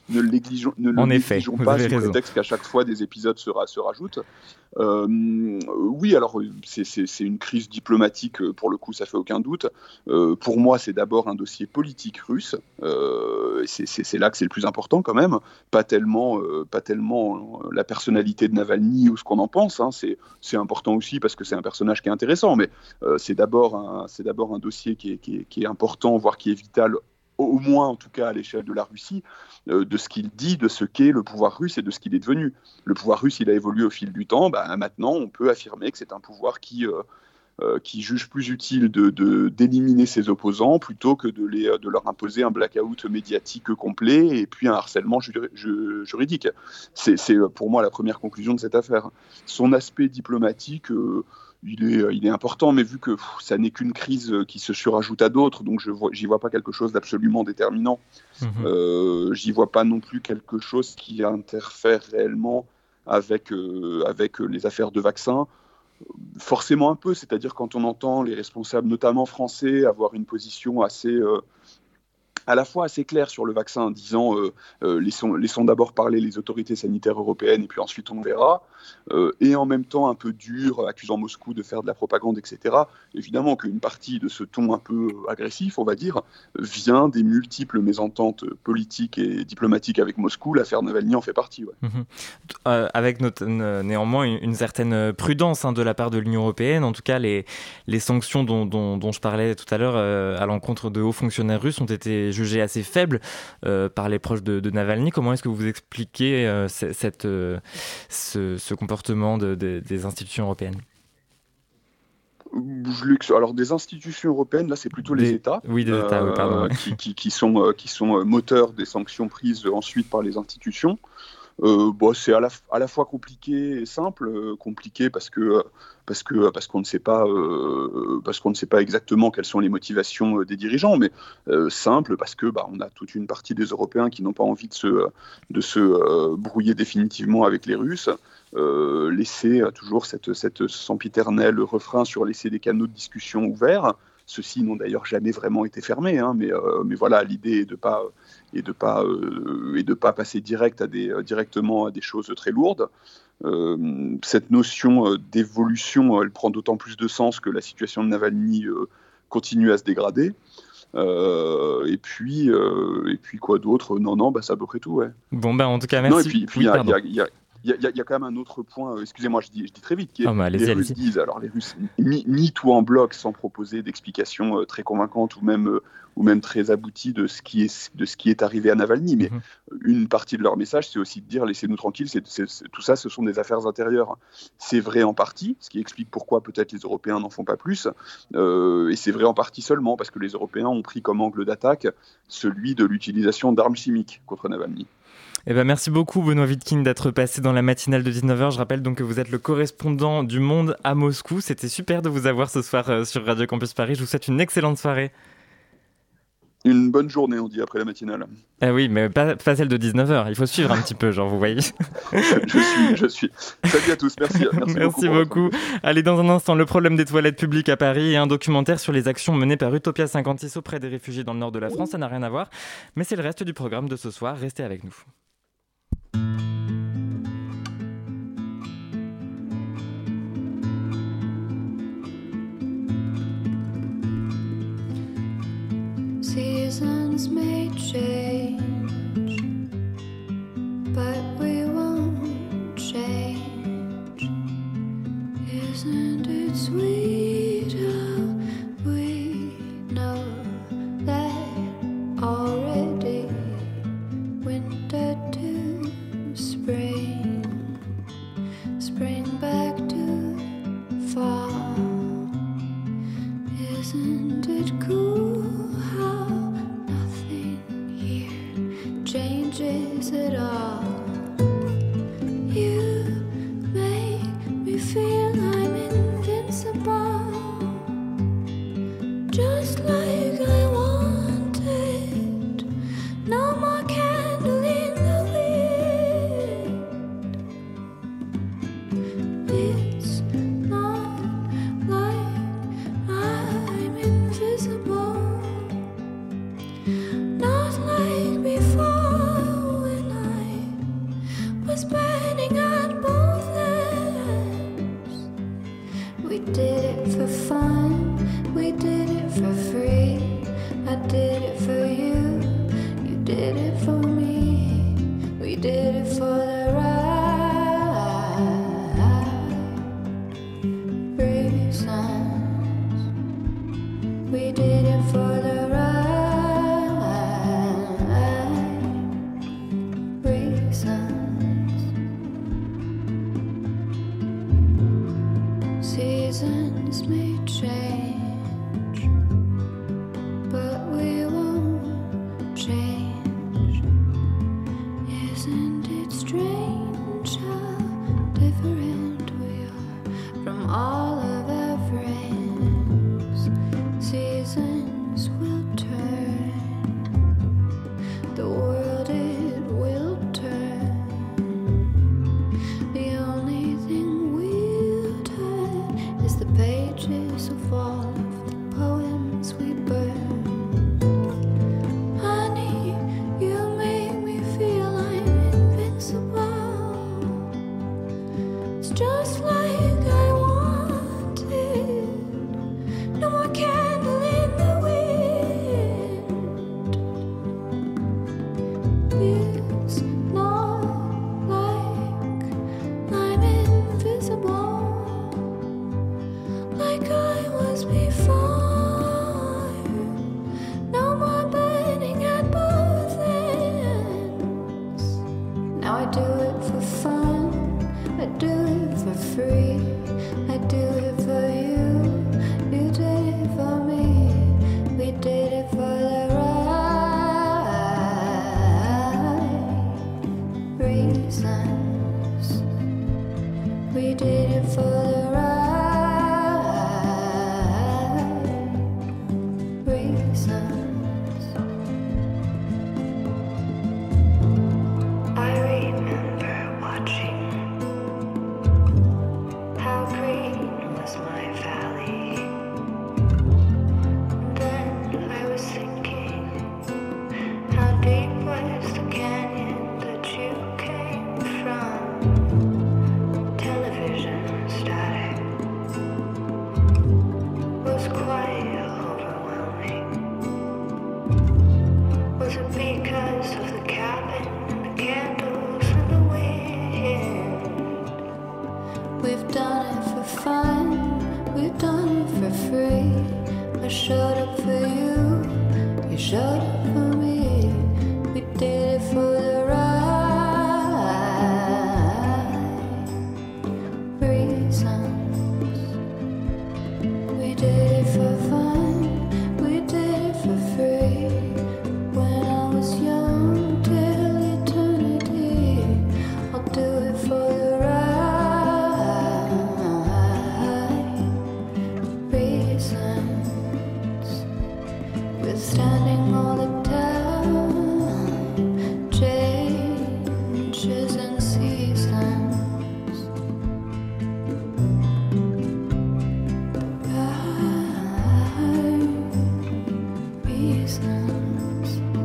ne le négligeons, ne le négligeons pas sous prétexte qu'à chaque fois des épisodes se, ra- se rajoutent. Euh, oui, alors c'est, c'est, c'est une crise diplomatique, pour le coup, ça fait aucun doute. Euh, pour moi, c'est d'abord un dossier politique russe. Euh, c'est, c'est, c'est là que c'est le plus important quand même. Pas tellement, euh, pas tellement la personnalité de Navalny ou ce qu'on en pense. Hein. C'est, c'est important aussi parce que c'est un personnage qui est intéressant, mais euh, c'est d'abord un, c'est d'abord un dossier qui est, qui est, qui est important, voire qui est vital, au moins en tout cas à l'échelle de la Russie, euh, de ce qu'il dit, de ce qu'est le pouvoir russe et de ce qu'il est devenu. Le pouvoir russe, il a évolué au fil du temps. Bah, maintenant, on peut affirmer que c'est un pouvoir qui, euh, euh, qui juge plus utile de, de, d'éliminer ses opposants plutôt que de, les, de leur imposer un blackout médiatique complet et puis un harcèlement ju- ju- juridique. C'est, c'est pour moi la première conclusion de cette affaire. Son aspect diplomatique... Euh, Il est, il est important, mais vu que pff, ça n'est qu'une crise qui se surajoute à d'autres, donc je vois, j'y vois pas quelque chose d'absolument déterminant. Mmh. Euh, j'y vois pas non plus quelque chose qui interfère réellement avec, euh, avec les affaires de vaccins. Forcément un peu, c'est-à-dire quand on entend les responsables, notamment français, avoir une position assez... Euh, à la fois assez clair sur le vaccin, en disant euh, euh, laissons, laissons d'abord parler les autorités sanitaires européennes et puis ensuite on verra, euh, et en même temps un peu dur, accusant Moscou de faire de la propagande, et cetera. Évidemment qu'une partie de ce ton un peu agressif, on va dire, vient des multiples mésententes politiques et diplomatiques avec Moscou. L'affaire Navalny en fait partie. Ouais. Mmh. Euh, avec notre, néanmoins une, une certaine prudence hein, de la part de l'Union européenne. En tout cas, les, les sanctions dont, dont, dont je parlais tout à l'heure euh, à l'encontre de hauts fonctionnaires russes ont été jugé assez faible euh, par les proches de, de Navalny. Comment est-ce que vous expliquez euh, cette, euh, ce, ce comportement de, de, des institutions européennes ? Je Alors des institutions européennes, là c'est plutôt les des... États, oui, des États euh, oui, pardon, ouais. qui, qui, qui, sont, euh, qui sont moteurs des sanctions prises ensuite par les institutions. Euh, bon, c'est à la, à la fois compliqué et simple. Euh, compliqué parce que parce que parce qu'on ne sait pas euh, parce qu'on ne sait pas exactement quelles sont les motivations des dirigeants, mais euh, simple parce que bah on a toute une partie des Européens qui n'ont pas envie de se de se euh, brouiller définitivement avec les Russes. Euh, laisser toujours cette cette sempiternel refrain sur laisser des canaux de discussion ouverts. Ceux-ci n'ont d'ailleurs jamais vraiment été fermés, hein, mais, euh, mais voilà, l'idée est de pas et de pas euh, et de pas passer direct à des euh, directement à des choses très lourdes. Euh, cette notion euh, d'évolution, elle prend d'autant plus de sens que la situation de Navalny euh, continue à se dégrader. Euh, et puis euh, et puis quoi d'autre ? Non non, bah c'est à peu près tout, ouais. Bon bah en tout cas merci. Non, et puis, puis oui, il y a, y a, y a, y a quand même un autre point, euh, excusez-moi, je dis, je dis très vite, qui est, oh, bah, les Russes disent, alors les Russes nient tout en bloc sans proposer d'explications euh, très convaincantes ou même, euh, ou même très abouties de ce, qui est, de ce qui est arrivé à Navalny, mais mm-hmm. une partie de leur message, c'est aussi de dire, laissez-nous tranquilles, c'est, c'est, c'est, tout ça, ce sont des affaires intérieures. C'est vrai en partie, ce qui explique pourquoi peut-être les Européens n'en font pas plus, euh, et c'est vrai en partie seulement, parce que les Européens ont pris comme angle d'attaque celui de l'utilisation d'armes chimiques contre Navalny. Eh ben merci beaucoup Benoît Wittkin d'être passé dans la matinale de dix-neuf heures. Je rappelle donc que vous êtes le correspondant du Monde à Moscou. C'était super de vous avoir ce soir euh, sur Radio Campus Paris. Je vous souhaite une excellente soirée. Une bonne journée, on dit, après la matinale. Ah oui, mais pas, pas celle de dix-neuf heures. Il faut suivre un petit peu, genre, vous voyez. je suis, je suis. Salut à tous, merci. Merci, merci beaucoup. beaucoup. Allez, dans un instant, le problème des toilettes publiques à Paris et un documentaire sur les actions menées par Utopia cinquante-six auprès des réfugiés dans le nord de la France. Ça n'a rien à voir, mais c'est le reste du programme de ce soir. Restez avec nous. Seasons may change, but we won't change. Isn't it sweet how we know that already winter to spring, spring back to fall? Isn't it cool how nothing here changes at all? You make me feel I'm invincible, just like I wanted. No more candle in the wind. It's not like I'm invisible, not like before when burning at both ends. We did it for fun, we did it for free. I did it for you, you did it for me. We did it for the right reasons. We did it for the right reasons. Seasons may change, but we won't change. Isn't it strange how different we are from all of our friends? Seasons will turn, the world it will turn. The only thing we'll turn is the pages of all of the poems we burn. Honey, you make me feel I'm invincible. It's just like I wanted. No more candle in the wind. It's not like I'm invisible, like I was before. No more burning at both ends. Now I do it for fun, I do it for free. I do it for you, you did it for me. We did it for the right reasons. We did it for the right reasons. I remember watching how green was my valley. Then I was thinking, how deep was the canyon that you came from? Television static was quite overwhelming. Was it because of the cabin and the candles and the wind? We've done it for fun, we've done it for free. I showed up for you, you showed up for me. We did it for the right reasons. We did it for fun, we did it for free. When I was young till eternity, I'll do it for the right reasons. Withstanding all the time, changes and seasons. Right reasons.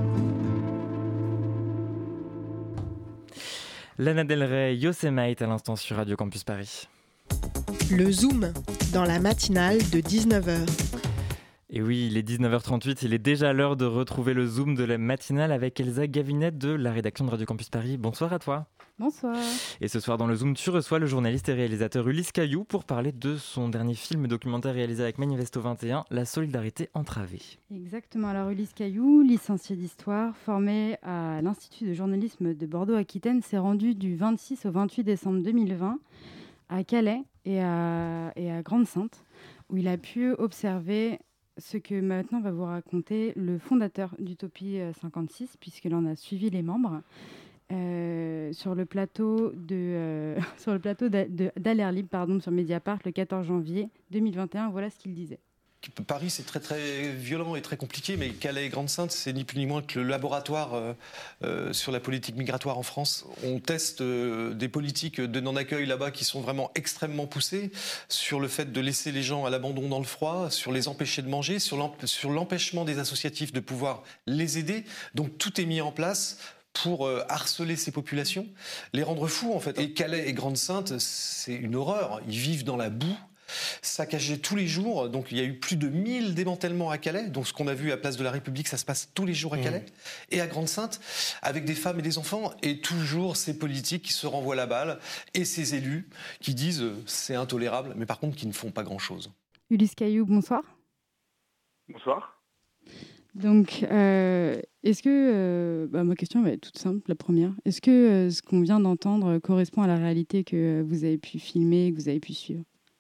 Lana Del Rey, Yosemite à l'instant sur Radio Campus Paris. Le Zoom, dans la matinale de dix-neuf heures. Et oui, il est dix-neuf heures trente-huit, il est déjà l'heure de retrouver le Zoom de la matinale avec Elsa Gavinet de la rédaction de Radio Campus Paris. Bonsoir à toi. Bonsoir. Et ce soir dans le Zoom, tu reçois le journaliste et réalisateur Ulysse Caillou pour parler de son dernier film documentaire réalisé avec Manifesto vingt et un, La solidarité entravée. Exactement. Alors Ulysse Caillou, licencié d'histoire, formé à l'Institut de journalisme de Bordeaux-Aquitaine, s'est rendu du vingt-six au vingt-huit décembre deux mille vingt à Calais et à, et à Grande-Sainte, où il a pu observer ce que maintenant va vous raconter le fondateur d'Utopie cinquante-six, puisqu'il en a suivi les membres. Euh, sur le plateau de euh, sur le plateau d'A- de- d'Alerte Libre, pardon, sur Mediapart le quatorze janvier deux mille vingt et un. Voilà ce qu'il disait. Paris, c'est très très violent et très compliqué, mais Calais et Grande-Sainte, c'est ni plus ni moins que le laboratoire euh, euh, sur la politique migratoire en France. On teste euh, des politiques de non-accueil là-bas qui sont vraiment extrêmement poussées, sur le fait de laisser les gens à l'abandon dans le froid, sur les empêcher de manger, sur, l'emp- sur l'empêchement des associatifs de pouvoir les aider. Donc tout est mis en place pour euh, harceler ces populations, les rendre fous en fait. Et Calais et Grande-Synthe, c'est une horreur. Ils vivent dans la boue, saccagés tous les jours. Donc il y a eu plus de mille démantèlements à Calais. Donc ce qu'on a vu à Place de la République, ça se passe tous les jours à Calais. Mmh. Et à Grande-Synthe, avec des femmes et des enfants. Et toujours ces politiques qui se renvoient la balle et ces élus qui disent euh, c'est intolérable, mais par contre qui ne font pas grand-chose. Ulysse Caillou, bonsoir. Bonsoir. Donc, euh, est-ce que... Euh, bah, ma question va être toute simple, la première. Est-ce que euh, ce qu'on vient d'entendre correspond à la réalité que vous avez pu filmer, que vous avez pu suivre ?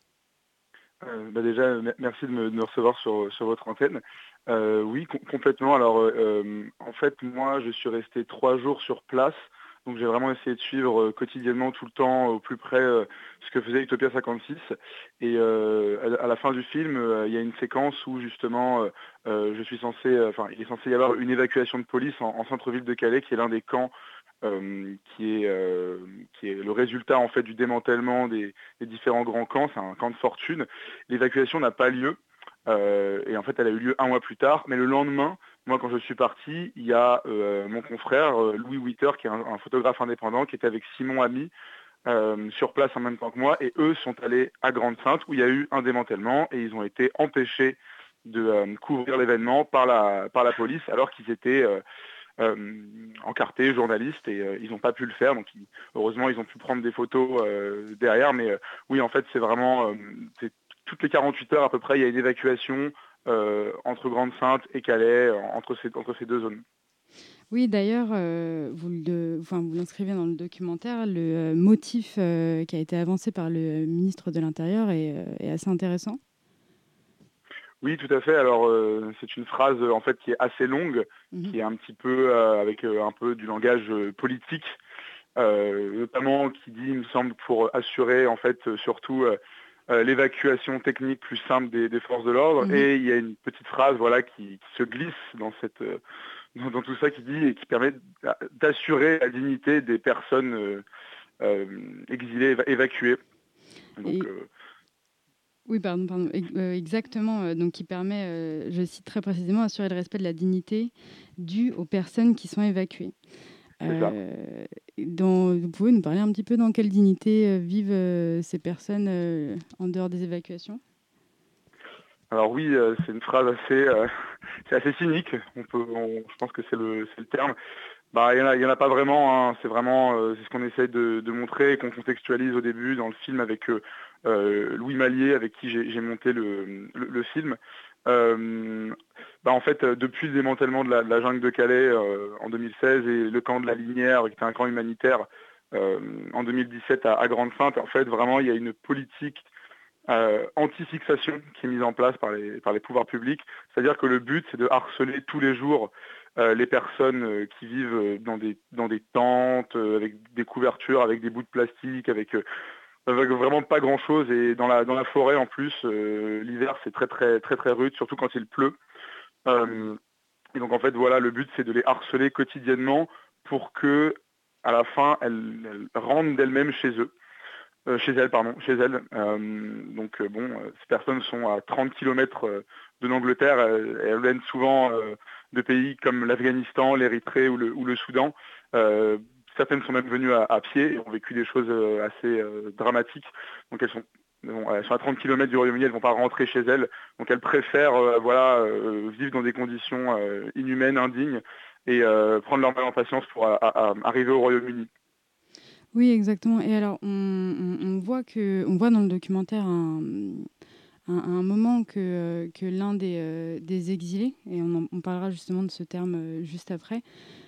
Euh, bah déjà, m- merci de me, de me recevoir sur, sur votre antenne. Euh, oui, com- complètement. Alors, euh, en fait, moi, je suis resté trois jours sur place. Donc, j'ai vraiment essayé de suivre euh, quotidiennement, tout le temps, au plus près, euh, ce que faisait Utopia cinquante-six. Et euh, à, à la fin du film, euh, il y a une séquence où, justement, euh, euh, je suis censé... Enfin, il est censé y avoir une évacuation de police en, en centre-ville de Calais, qui est l'un des camps Euh, qui, est, euh, qui est le résultat en fait du démantèlement des, des différents grands camps. C'est un camp de fortune. L'évacuation n'a pas lieu euh, et en fait elle a eu lieu un mois plus tard. Mais le lendemain, moi quand je suis parti, il y a euh, mon confrère euh, Louis Witter qui est un, un photographe indépendant qui était avec Simon Ami euh, sur place en même temps que moi et eux sont allés à Grande-Synthe où il y a eu un démantèlement et ils ont été empêchés de euh, couvrir l'événement par la, par la police alors qu'ils étaient euh, Euh, encartés, journalistes, et euh, ils n'ont pas pu le faire. Donc, ils, heureusement, ils ont pu prendre des photos euh, derrière. Mais euh, oui, en fait, c'est vraiment euh, c'est toutes les quarante-huit heures à peu près, il y a une évacuation euh, entre Grande-Synthe et Calais, entre ces, entre ces deux zones. Oui, d'ailleurs, euh, vous, le, enfin, vous l'inscrivez dans le documentaire. Le euh, motif euh, qui a été avancé par le ministre de l'Intérieur est, euh, est assez intéressant. Oui, tout à fait. Alors, euh, c'est une phrase en fait qui est assez longue, mmh. qui est un petit peu euh, avec euh, un peu du langage euh, politique, euh, notamment qui dit, il me semble, pour assurer en fait euh, surtout euh, euh, l'évacuation technique plus simple des, des forces de l'ordre. Mmh. Et il y a une petite phrase, voilà, qui, qui se glisse dans cette euh, dans, dans tout ça, qui dit et qui permet d'assurer la dignité des personnes euh, euh, exilées, éva- évacuées. Donc, et... euh, Oui, pardon, pardon. Exactement. Donc, qui permet, euh, je cite très précisément, assurer le respect de la dignité due aux personnes qui sont évacuées. Euh, dans, vous pouvez nous parler un petit peu dans quelle dignité euh, vivent euh, ces personnes euh, en dehors des évacuations ? Alors oui, euh, c'est une phrase assez, euh, c'est assez cynique. On peut, on, je pense que c'est le, c'est le terme. Bah, il y en a, il y en a pas vraiment. Hein. C'est vraiment, euh, c'est ce qu'on essaie de, de montrer et qu'on contextualise au début dans le film avec euh, euh, Louis Mallier, avec qui j'ai, j'ai monté le, le, le film. Euh, bah, en fait, euh, depuis le démantèlement de la, de la jungle de Calais euh, en deux mille seize et le camp de la Linière, qui était un camp humanitaire euh, en deux mille dix-sept à, à Grande-Synthe, en fait, vraiment, il y a une politique Euh, anti-fixation qui est mise en place par les, par les pouvoirs publics. C'est-à-dire que le but, c'est de harceler tous les jours euh, les personnes euh, qui vivent dans des, dans des tentes, euh, avec des couvertures, avec des bouts de plastique, avec, euh, avec vraiment pas grand-chose. Et dans la, dans la forêt, en plus, euh, l'hiver, c'est très, très, très, très rude, surtout quand il pleut. Euh, et donc, en fait, voilà, le but, c'est de les harceler quotidiennement pour que, à la fin, elles, elles rentrent d'elles-mêmes chez eux. Euh, chez elle, pardon, chez elle. Euh, donc euh, bon, euh, ces personnes sont à trente kilomètres euh, de l'Angleterre. Elles, elles viennent souvent euh, de pays comme l'Afghanistan, l'Érythrée ou le, ou le Soudan. Euh, certaines sont même venues à, à pied et ont vécu des choses euh, assez euh, dramatiques. Donc elles sont, bon, elles sont à trente kilomètres du Royaume-Uni, elles ne vont pas rentrer chez elles. Donc elles préfèrent euh, voilà, euh, vivre dans des conditions euh, inhumaines, indignes et euh, prendre leur mal en patience pour à, à, à arriver au Royaume-Uni. Oui, exactement. Et alors, on, on, on, voit que, on voit dans le documentaire un, un, un moment que, que l'un des, euh, des exilés, et on, en, on parlera justement de ce terme euh, juste après,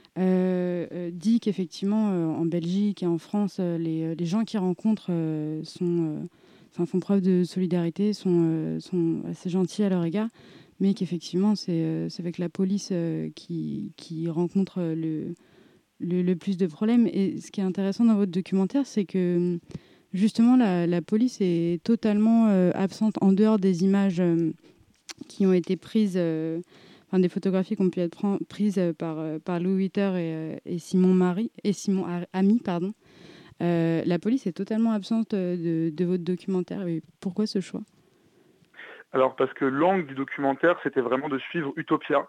euh, euh, dit qu'effectivement, euh, en Belgique et en France, euh, les, les gens qu'il rencontrent euh, sont, euh, font preuve de solidarité, sont, euh, sont assez gentils à leur égard, mais qu'effectivement, c'est, euh, c'est avec la police euh, qui, qui rencontre le... Le, le plus de problèmes. Et ce qui est intéressant dans votre documentaire, c'est que justement la, la police est totalement euh, absente en dehors des images euh, qui ont été prises, euh, enfin des photographies qui ont pu être pr- prises par, euh, par Louis Witter et, et Simon Marie et Simon Ami, pardon. Euh, la police est totalement absente de, de votre documentaire. Et pourquoi ce choix ? Alors parce que l'angle du documentaire, c'était vraiment de suivre Utopia.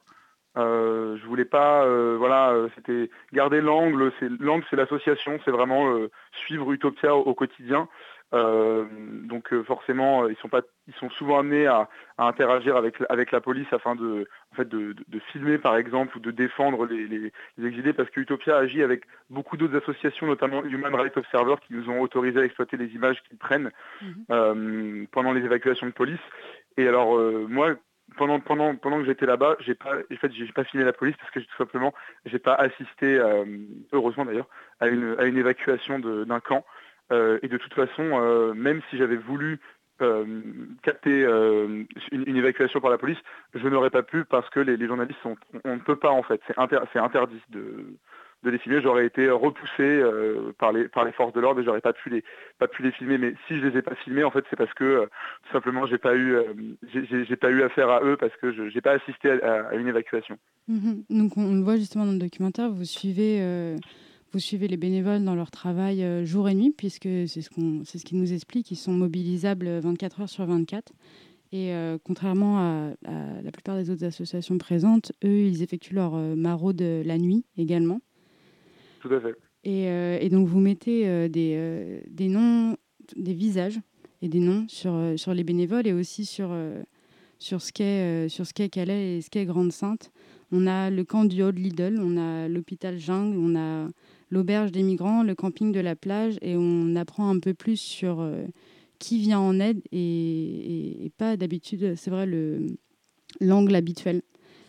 Euh, je voulais pas, euh, voilà, euh, c'était garder l'angle. C'est l'angle, c'est l'association, c'est vraiment euh, suivre Utopia au, au quotidien. Euh, donc euh, forcément, euh, ils sont pas, ils sont souvent amenés à, à interagir avec avec la police afin de, en fait, de, de, de filmer par exemple ou de défendre les, les, les exilés, parce que Utopia agit avec beaucoup d'autres associations, notamment Human Rights Observer, qui nous ont autorisé à exploiter les images qu'ils prennent mmh. euh, pendant les évacuations de police. Et alors euh, moi. Pendant, pendant, pendant que j'étais là-bas, j'ai pas, en fait, j'ai pas filmé la police parce que tout simplement, j'ai pas assisté, euh, heureusement d'ailleurs, à une, à une évacuation de, d'un camp. Euh, et de toute façon, euh, même si j'avais voulu euh, capter euh, une, une évacuation par la police, je n'aurais pas pu parce que les, les journalistes sont, on, on ne peut pas en fait, c'est, inter, c'est interdit de, de les filmer. J'aurais été repoussé euh, par les par les forces de l'ordre et j'aurais pas pu les pas pu les filmer. Mais si je les ai pas filmés, en fait, c'est parce que euh, tout simplement j'ai pas eu euh, j'ai, j'ai pas eu affaire à eux parce que je j'ai pas assisté à, à une évacuation. Mmh. Donc on le voit justement dans le documentaire, vous suivez euh, vous suivez les bénévoles dans leur travail euh, jour et nuit, puisque c'est ce qu'on c'est ce qu'ils nous expliquent, ils sont mobilisables vingt-quatre heures sur vingt-quatre. Et euh, contrairement à, à la plupart des autres associations présentes, eux, ils effectuent leur euh, maraude la nuit également. Tout à fait. Et, euh, et donc, vous mettez euh, des, euh, des noms, des visages et des noms sur, euh, sur les bénévoles et aussi sur, euh, sur, ce qu'est, euh, sur ce qu'est Calais et ce qu'est Grande-Synthe. On a le camp du Haut-de-Lidl, on a l'hôpital Jungle, on a l'auberge des migrants, le camping de la plage, et on apprend un peu plus sur euh, qui vient en aide et, et, et pas d'habitude, c'est vrai, le, l'angle habituel.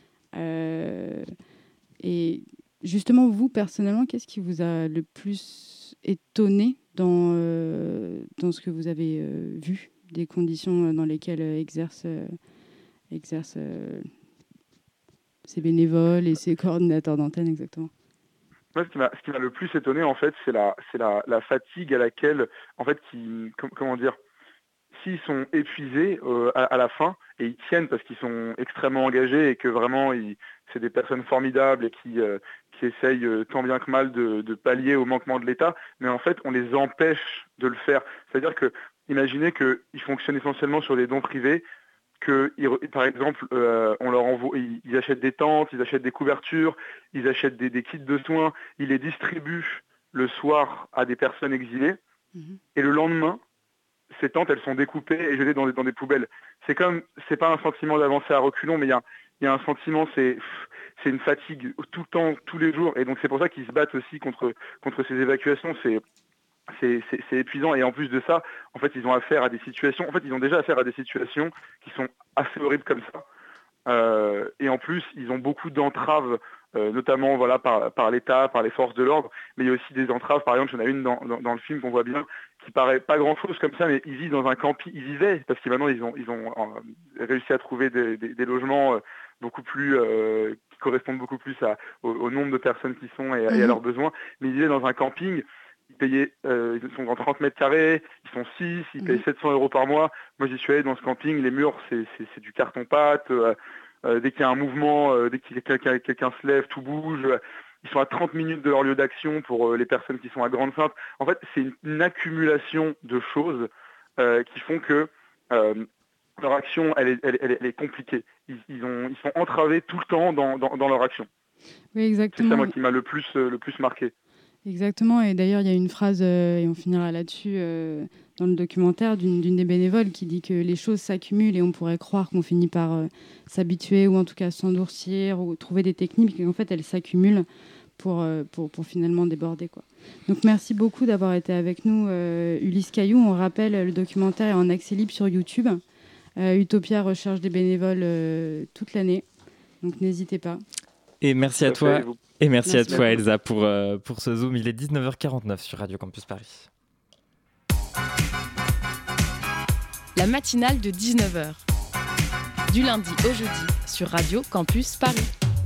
Euh, et... Justement, vous, personnellement, qu'est-ce qui vous a le plus étonné dans, euh, dans ce que vous avez euh, vu, des conditions dans lesquelles euh, exercent, euh, exercent euh, ces bénévoles et ces coordinateurs d'antenne exactement? Moi, ce qui m'a, ce qui m'a le plus étonné, en fait, c'est la, c'est la, la fatigue à laquelle, en fait, qui, com- comment dire, s'ils sont épuisés euh, à, à la fin, et ils tiennent parce qu'ils sont extrêmement engagés et que vraiment, ils, c'est des personnes formidables et qui, euh, qui essayent euh, tant bien que mal de, de pallier au manquement de l'État, mais en fait, on les empêche de le faire. C'est-à-dire que, imaginez qu'ils fonctionnent essentiellement sur des dons privés, que, par exemple, euh, on leur envoie, ils, ils achètent des tentes, ils achètent des couvertures, ils achètent des, des kits de soins, ils les distribuent le soir à des personnes exilées, mmh. et le lendemain, ces tentes, elles sont découpées et jetées dans des, dans des poubelles. C'est comme, c'est pas un sentiment d'avancer à reculons, mais il y a, y a un sentiment, c'est, c'est une fatigue tout le temps, tous les jours, et donc c'est pour ça qu'ils se battent aussi contre, contre ces évacuations. C'est, c'est, c'est, c'est épuisant, et en plus de ça, en fait, ils ont affaire à des situations, en fait, ils ont déjà affaire à des situations qui sont assez horribles comme ça. Euh, et en plus, ils ont beaucoup d'entraves, euh, notamment voilà, par, par l'État, par les forces de l'ordre, mais il y a aussi des entraves. Par exemple, il y en a une dans, dans, dans le film qu'on voit bien, qui paraît pas grand-chose comme ça, mais ils vivent dans un camping, ils vivaient, parce que maintenant ils ont, ils ont euh, réussi à trouver des, des, des logements euh, beaucoup plus, euh, qui correspondent beaucoup plus à, au, au nombre de personnes qui sont et, mmh. et à leurs besoins, mais ils vivaient dans un camping. Ils payaient, euh, ils sont en trente mètres carrés, ils sont six, ils payent mmh. sept cents euros par mois. Moi, j'y suis allé dans ce camping, les murs, c'est, c'est, c'est du carton-pâte. Euh, euh, dès qu'il y a un mouvement, euh, dès que quelqu'un, quelqu'un se lève, tout bouge. Ils sont à trente minutes de leur lieu d'action pour euh, les personnes qui sont à Grande-Synthe. En fait, c'est une, une accumulation de choses euh, qui font que euh, leur action, elle est, elle, elle, elle est compliquée. Ils, ils, ont, ils sont entravés tout le temps dans, dans, dans leur action. Oui, exactement. C'est ça, moi, qui m'a le plus, euh, le plus marqué. Exactement, et d'ailleurs il y a une phrase, euh, et on finira là-dessus, euh, dans le documentaire d'une, d'une des bénévoles qui dit que les choses s'accumulent et on pourrait croire qu'on finit par euh, s'habituer ou en tout cas s'endurcir ou trouver des techniques, et en fait elles s'accumulent pour, euh, pour, pour finalement déborder, quoi. Donc merci beaucoup d'avoir été avec nous, euh, Ulysse Caillou. On rappelle, le documentaire est en accès libre sur YouTube. Euh, Utopia recherche des bénévoles euh, toute l'année, donc n'hésitez pas. Et merci à toi. Et merci, merci à toi, Elsa, pour, euh, pour ce Zoom. Il est dix-neuf heures quarante-neuf sur Radio Campus Paris. La matinale de dix-neuf heures. Du lundi au jeudi sur Radio Campus Paris.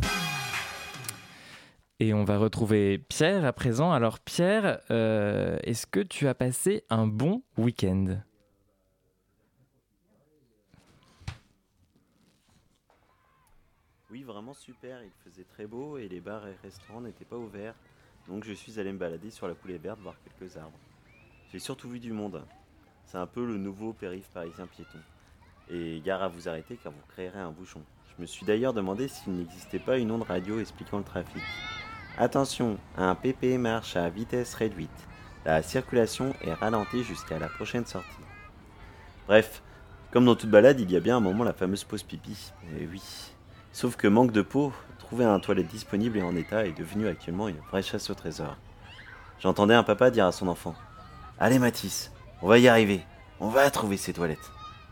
Et on va retrouver Pierre à présent. Alors Pierre, euh, est-ce que tu as passé un bon week-end ? Oui, vraiment super, il faisait très beau et les bars et restaurants n'étaient pas ouverts. Donc je suis allé me balader sur la Coulée Verte, voir quelques arbres. J'ai surtout vu du monde. C'est un peu le nouveau périph' parisien piéton. Et gare à vous arrêter car vous créerez un bouchon. Je Je me suis d'ailleurs demandé s'il n'existait pas une onde radio expliquant le trafic. Attention, un P P marche à vitesse réduite. La circulation est ralentie jusqu'à la prochaine sortie. Bref, comme dans toute balade, il y a bien un moment la fameuse pause pipi. Et oui. Sauf que manque de peau, trouver un toilette disponible et en état est devenu actuellement une vraie chasse au trésor. J'entendais un papa dire à son enfant « Allez Mathis, on va y arriver, on va trouver ces toilettes !»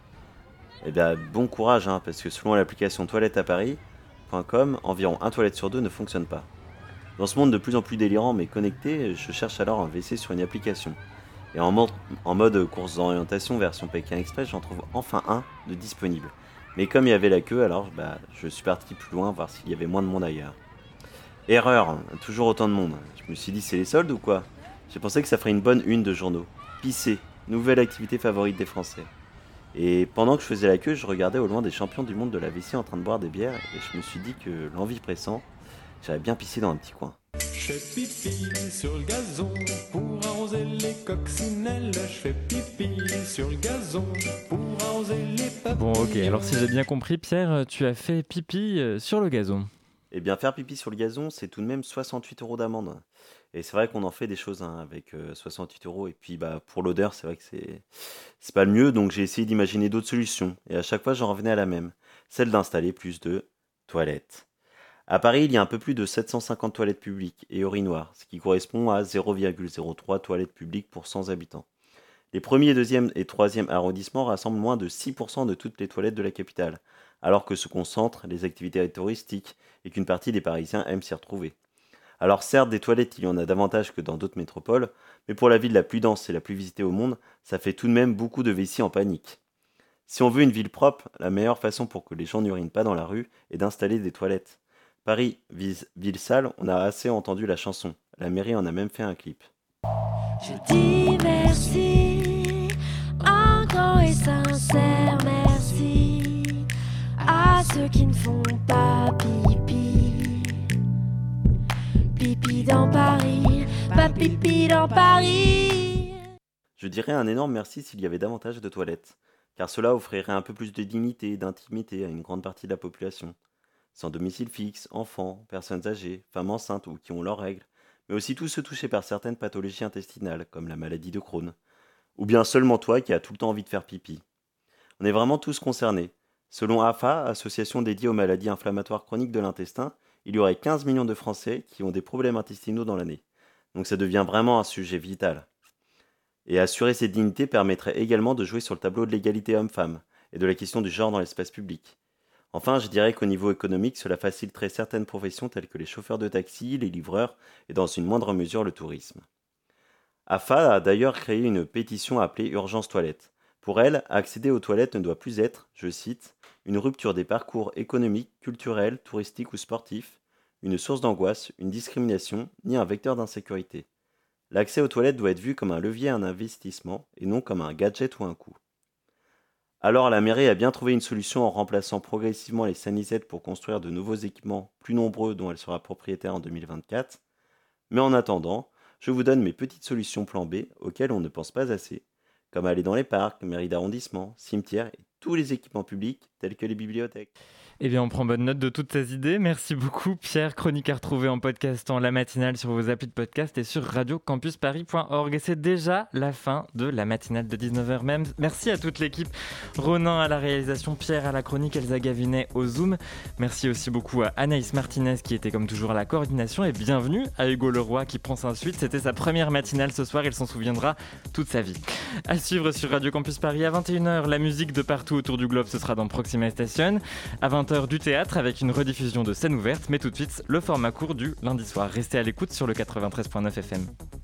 Eh bien, bon courage, hein, parce que selon l'application toilette à paris point com, environ un toilette sur deux ne fonctionne pas. Dans ce monde de plus en plus délirant mais connecté, je cherche alors un W C sur une application. Et en mode, en mode course d'orientation version Pékin Express, j'en trouve enfin un de disponible. Mais comme il y avait la queue, alors bah, je suis parti plus loin voir s'il y avait moins de monde ailleurs. Erreur, toujours autant de monde. Je me suis dit c'est les soldes ou quoi? J'ai pensé que ça ferait une bonne une de journaux. Pisser, nouvelle activité favorite des Français. Et pendant que je faisais la queue, je regardais au loin des champions du monde de la vessie en train de boire des bières et je me suis dit que l'envie pressant, j'avais bien pissé dans un petit coin. Je fais pipi sur le gazon pour arroser les coccinelles. Je fais pipi sur le gazon pour arroser les papillons. Bon ok, alors si j'ai bien compris Pierre, tu as fait pipi sur le gazon. Eh bien faire pipi sur le gazon, c'est tout de même soixante-huit euros d'amende. Et c'est vrai qu'on en fait des choses hein, avec euh, soixante-huit euros. Et puis bah, pour l'odeur, c'est vrai que c'est... c'est pas le mieux. Donc j'ai essayé d'imaginer d'autres solutions. Et à chaque fois, j'en revenais à la même. Celle d'installer plus de toilettes. À Paris, il y a un peu plus de sept cent cinquante toilettes publiques et urinoirs, ce qui correspond à zéro virgule zéro trois toilettes publiques pour cent habitants. Les premiers, deuxième et troisième arrondissements rassemblent moins de six pour cent de toutes les toilettes de la capitale, alors que se concentrent les activités touristiques et qu'une partie des Parisiens aiment s'y retrouver. Alors certes, des toilettes, il y en a davantage que dans d'autres métropoles, mais pour la ville la plus dense et la plus visitée au monde, ça fait tout de même beaucoup de vessies en panique. Si on veut une ville propre, la meilleure façon pour que les gens n'urinent pas dans la rue est d'installer des toilettes. Paris, ville sale, on a assez entendu la chanson. La mairie en a même fait un clip. Je dis merci, un grand et sincère merci à ceux qui ne font pas pipi. Pipi dans Paris, pas pipi dans Paris. Je dirais un énorme merci s'il y avait davantage de toilettes, car cela offrirait un peu plus de dignité et d'intimité à une grande partie de la population. Sans domicile fixe, enfants, personnes âgées, femmes enceintes ou qui ont leurs règles, mais aussi tous ceux touchés par certaines pathologies intestinales, comme la maladie de Crohn. Ou bien seulement toi qui as tout le temps envie de faire pipi. On est vraiment tous concernés. Selon A F A, association dédiée aux maladies inflammatoires chroniques de l'intestin, il y aurait quinze millions de Français qui ont des problèmes intestinaux dans l'année. Donc ça devient vraiment un sujet vital. Et assurer cette dignité permettrait également de jouer sur le tableau de l'égalité homme-femme et de la question du genre dans l'espace public. Enfin, je dirais qu'au niveau économique, cela faciliterait certaines professions telles que les chauffeurs de taxi, les livreurs et dans une moindre mesure le tourisme. A F A a d'ailleurs créé une pétition appelée Urgence Toilettes. Pour elle, accéder aux toilettes ne doit plus être, je cite, une rupture des parcours économiques, culturels, touristiques ou sportifs, une source d'angoisse, une discrimination, ni un vecteur d'insécurité. L'accès aux toilettes doit être vu comme un levier à un investissement et non comme un gadget ou un coût. Alors la mairie a bien trouvé une solution en remplaçant progressivement les sanisettes pour construire de nouveaux équipements plus nombreux dont elle sera propriétaire en deux mille vingt-quatre. Mais en attendant, je vous donne mes petites solutions plan B auxquelles on ne pense pas assez, comme aller dans les parcs, mairies d'arrondissement, cimetières et tous les équipements publics tels que les bibliothèques. Eh bien, on prend bonne note de toutes ces idées. Merci beaucoup, Pierre. Chronique à retrouver en podcastant La Matinale sur vos applis de podcast et sur radio campus paris point org. Et c'est déjà la fin de la matinale de dix-neuf heures même. Merci à toute l'équipe. Ronan à la réalisation, Pierre à la chronique, Elsa Gavinet au Zoom. Merci aussi beaucoup à Anaïs Martinez qui était comme toujours à la coordination. Et bienvenue à Hugo Leroy qui prend sa suite. C'était sa première matinale ce soir. Il s'en souviendra toute sa vie. À suivre sur Radio Campus Paris à vingt et une heures. La musique de partout autour du globe, ce sera dans Proxima Station. À vingt heures du théâtre avec une rediffusion de scène ouverte, mais tout de suite le format court du lundi soir. Restez à l'écoute sur le quatre-vingt-treize virgule neuf F M.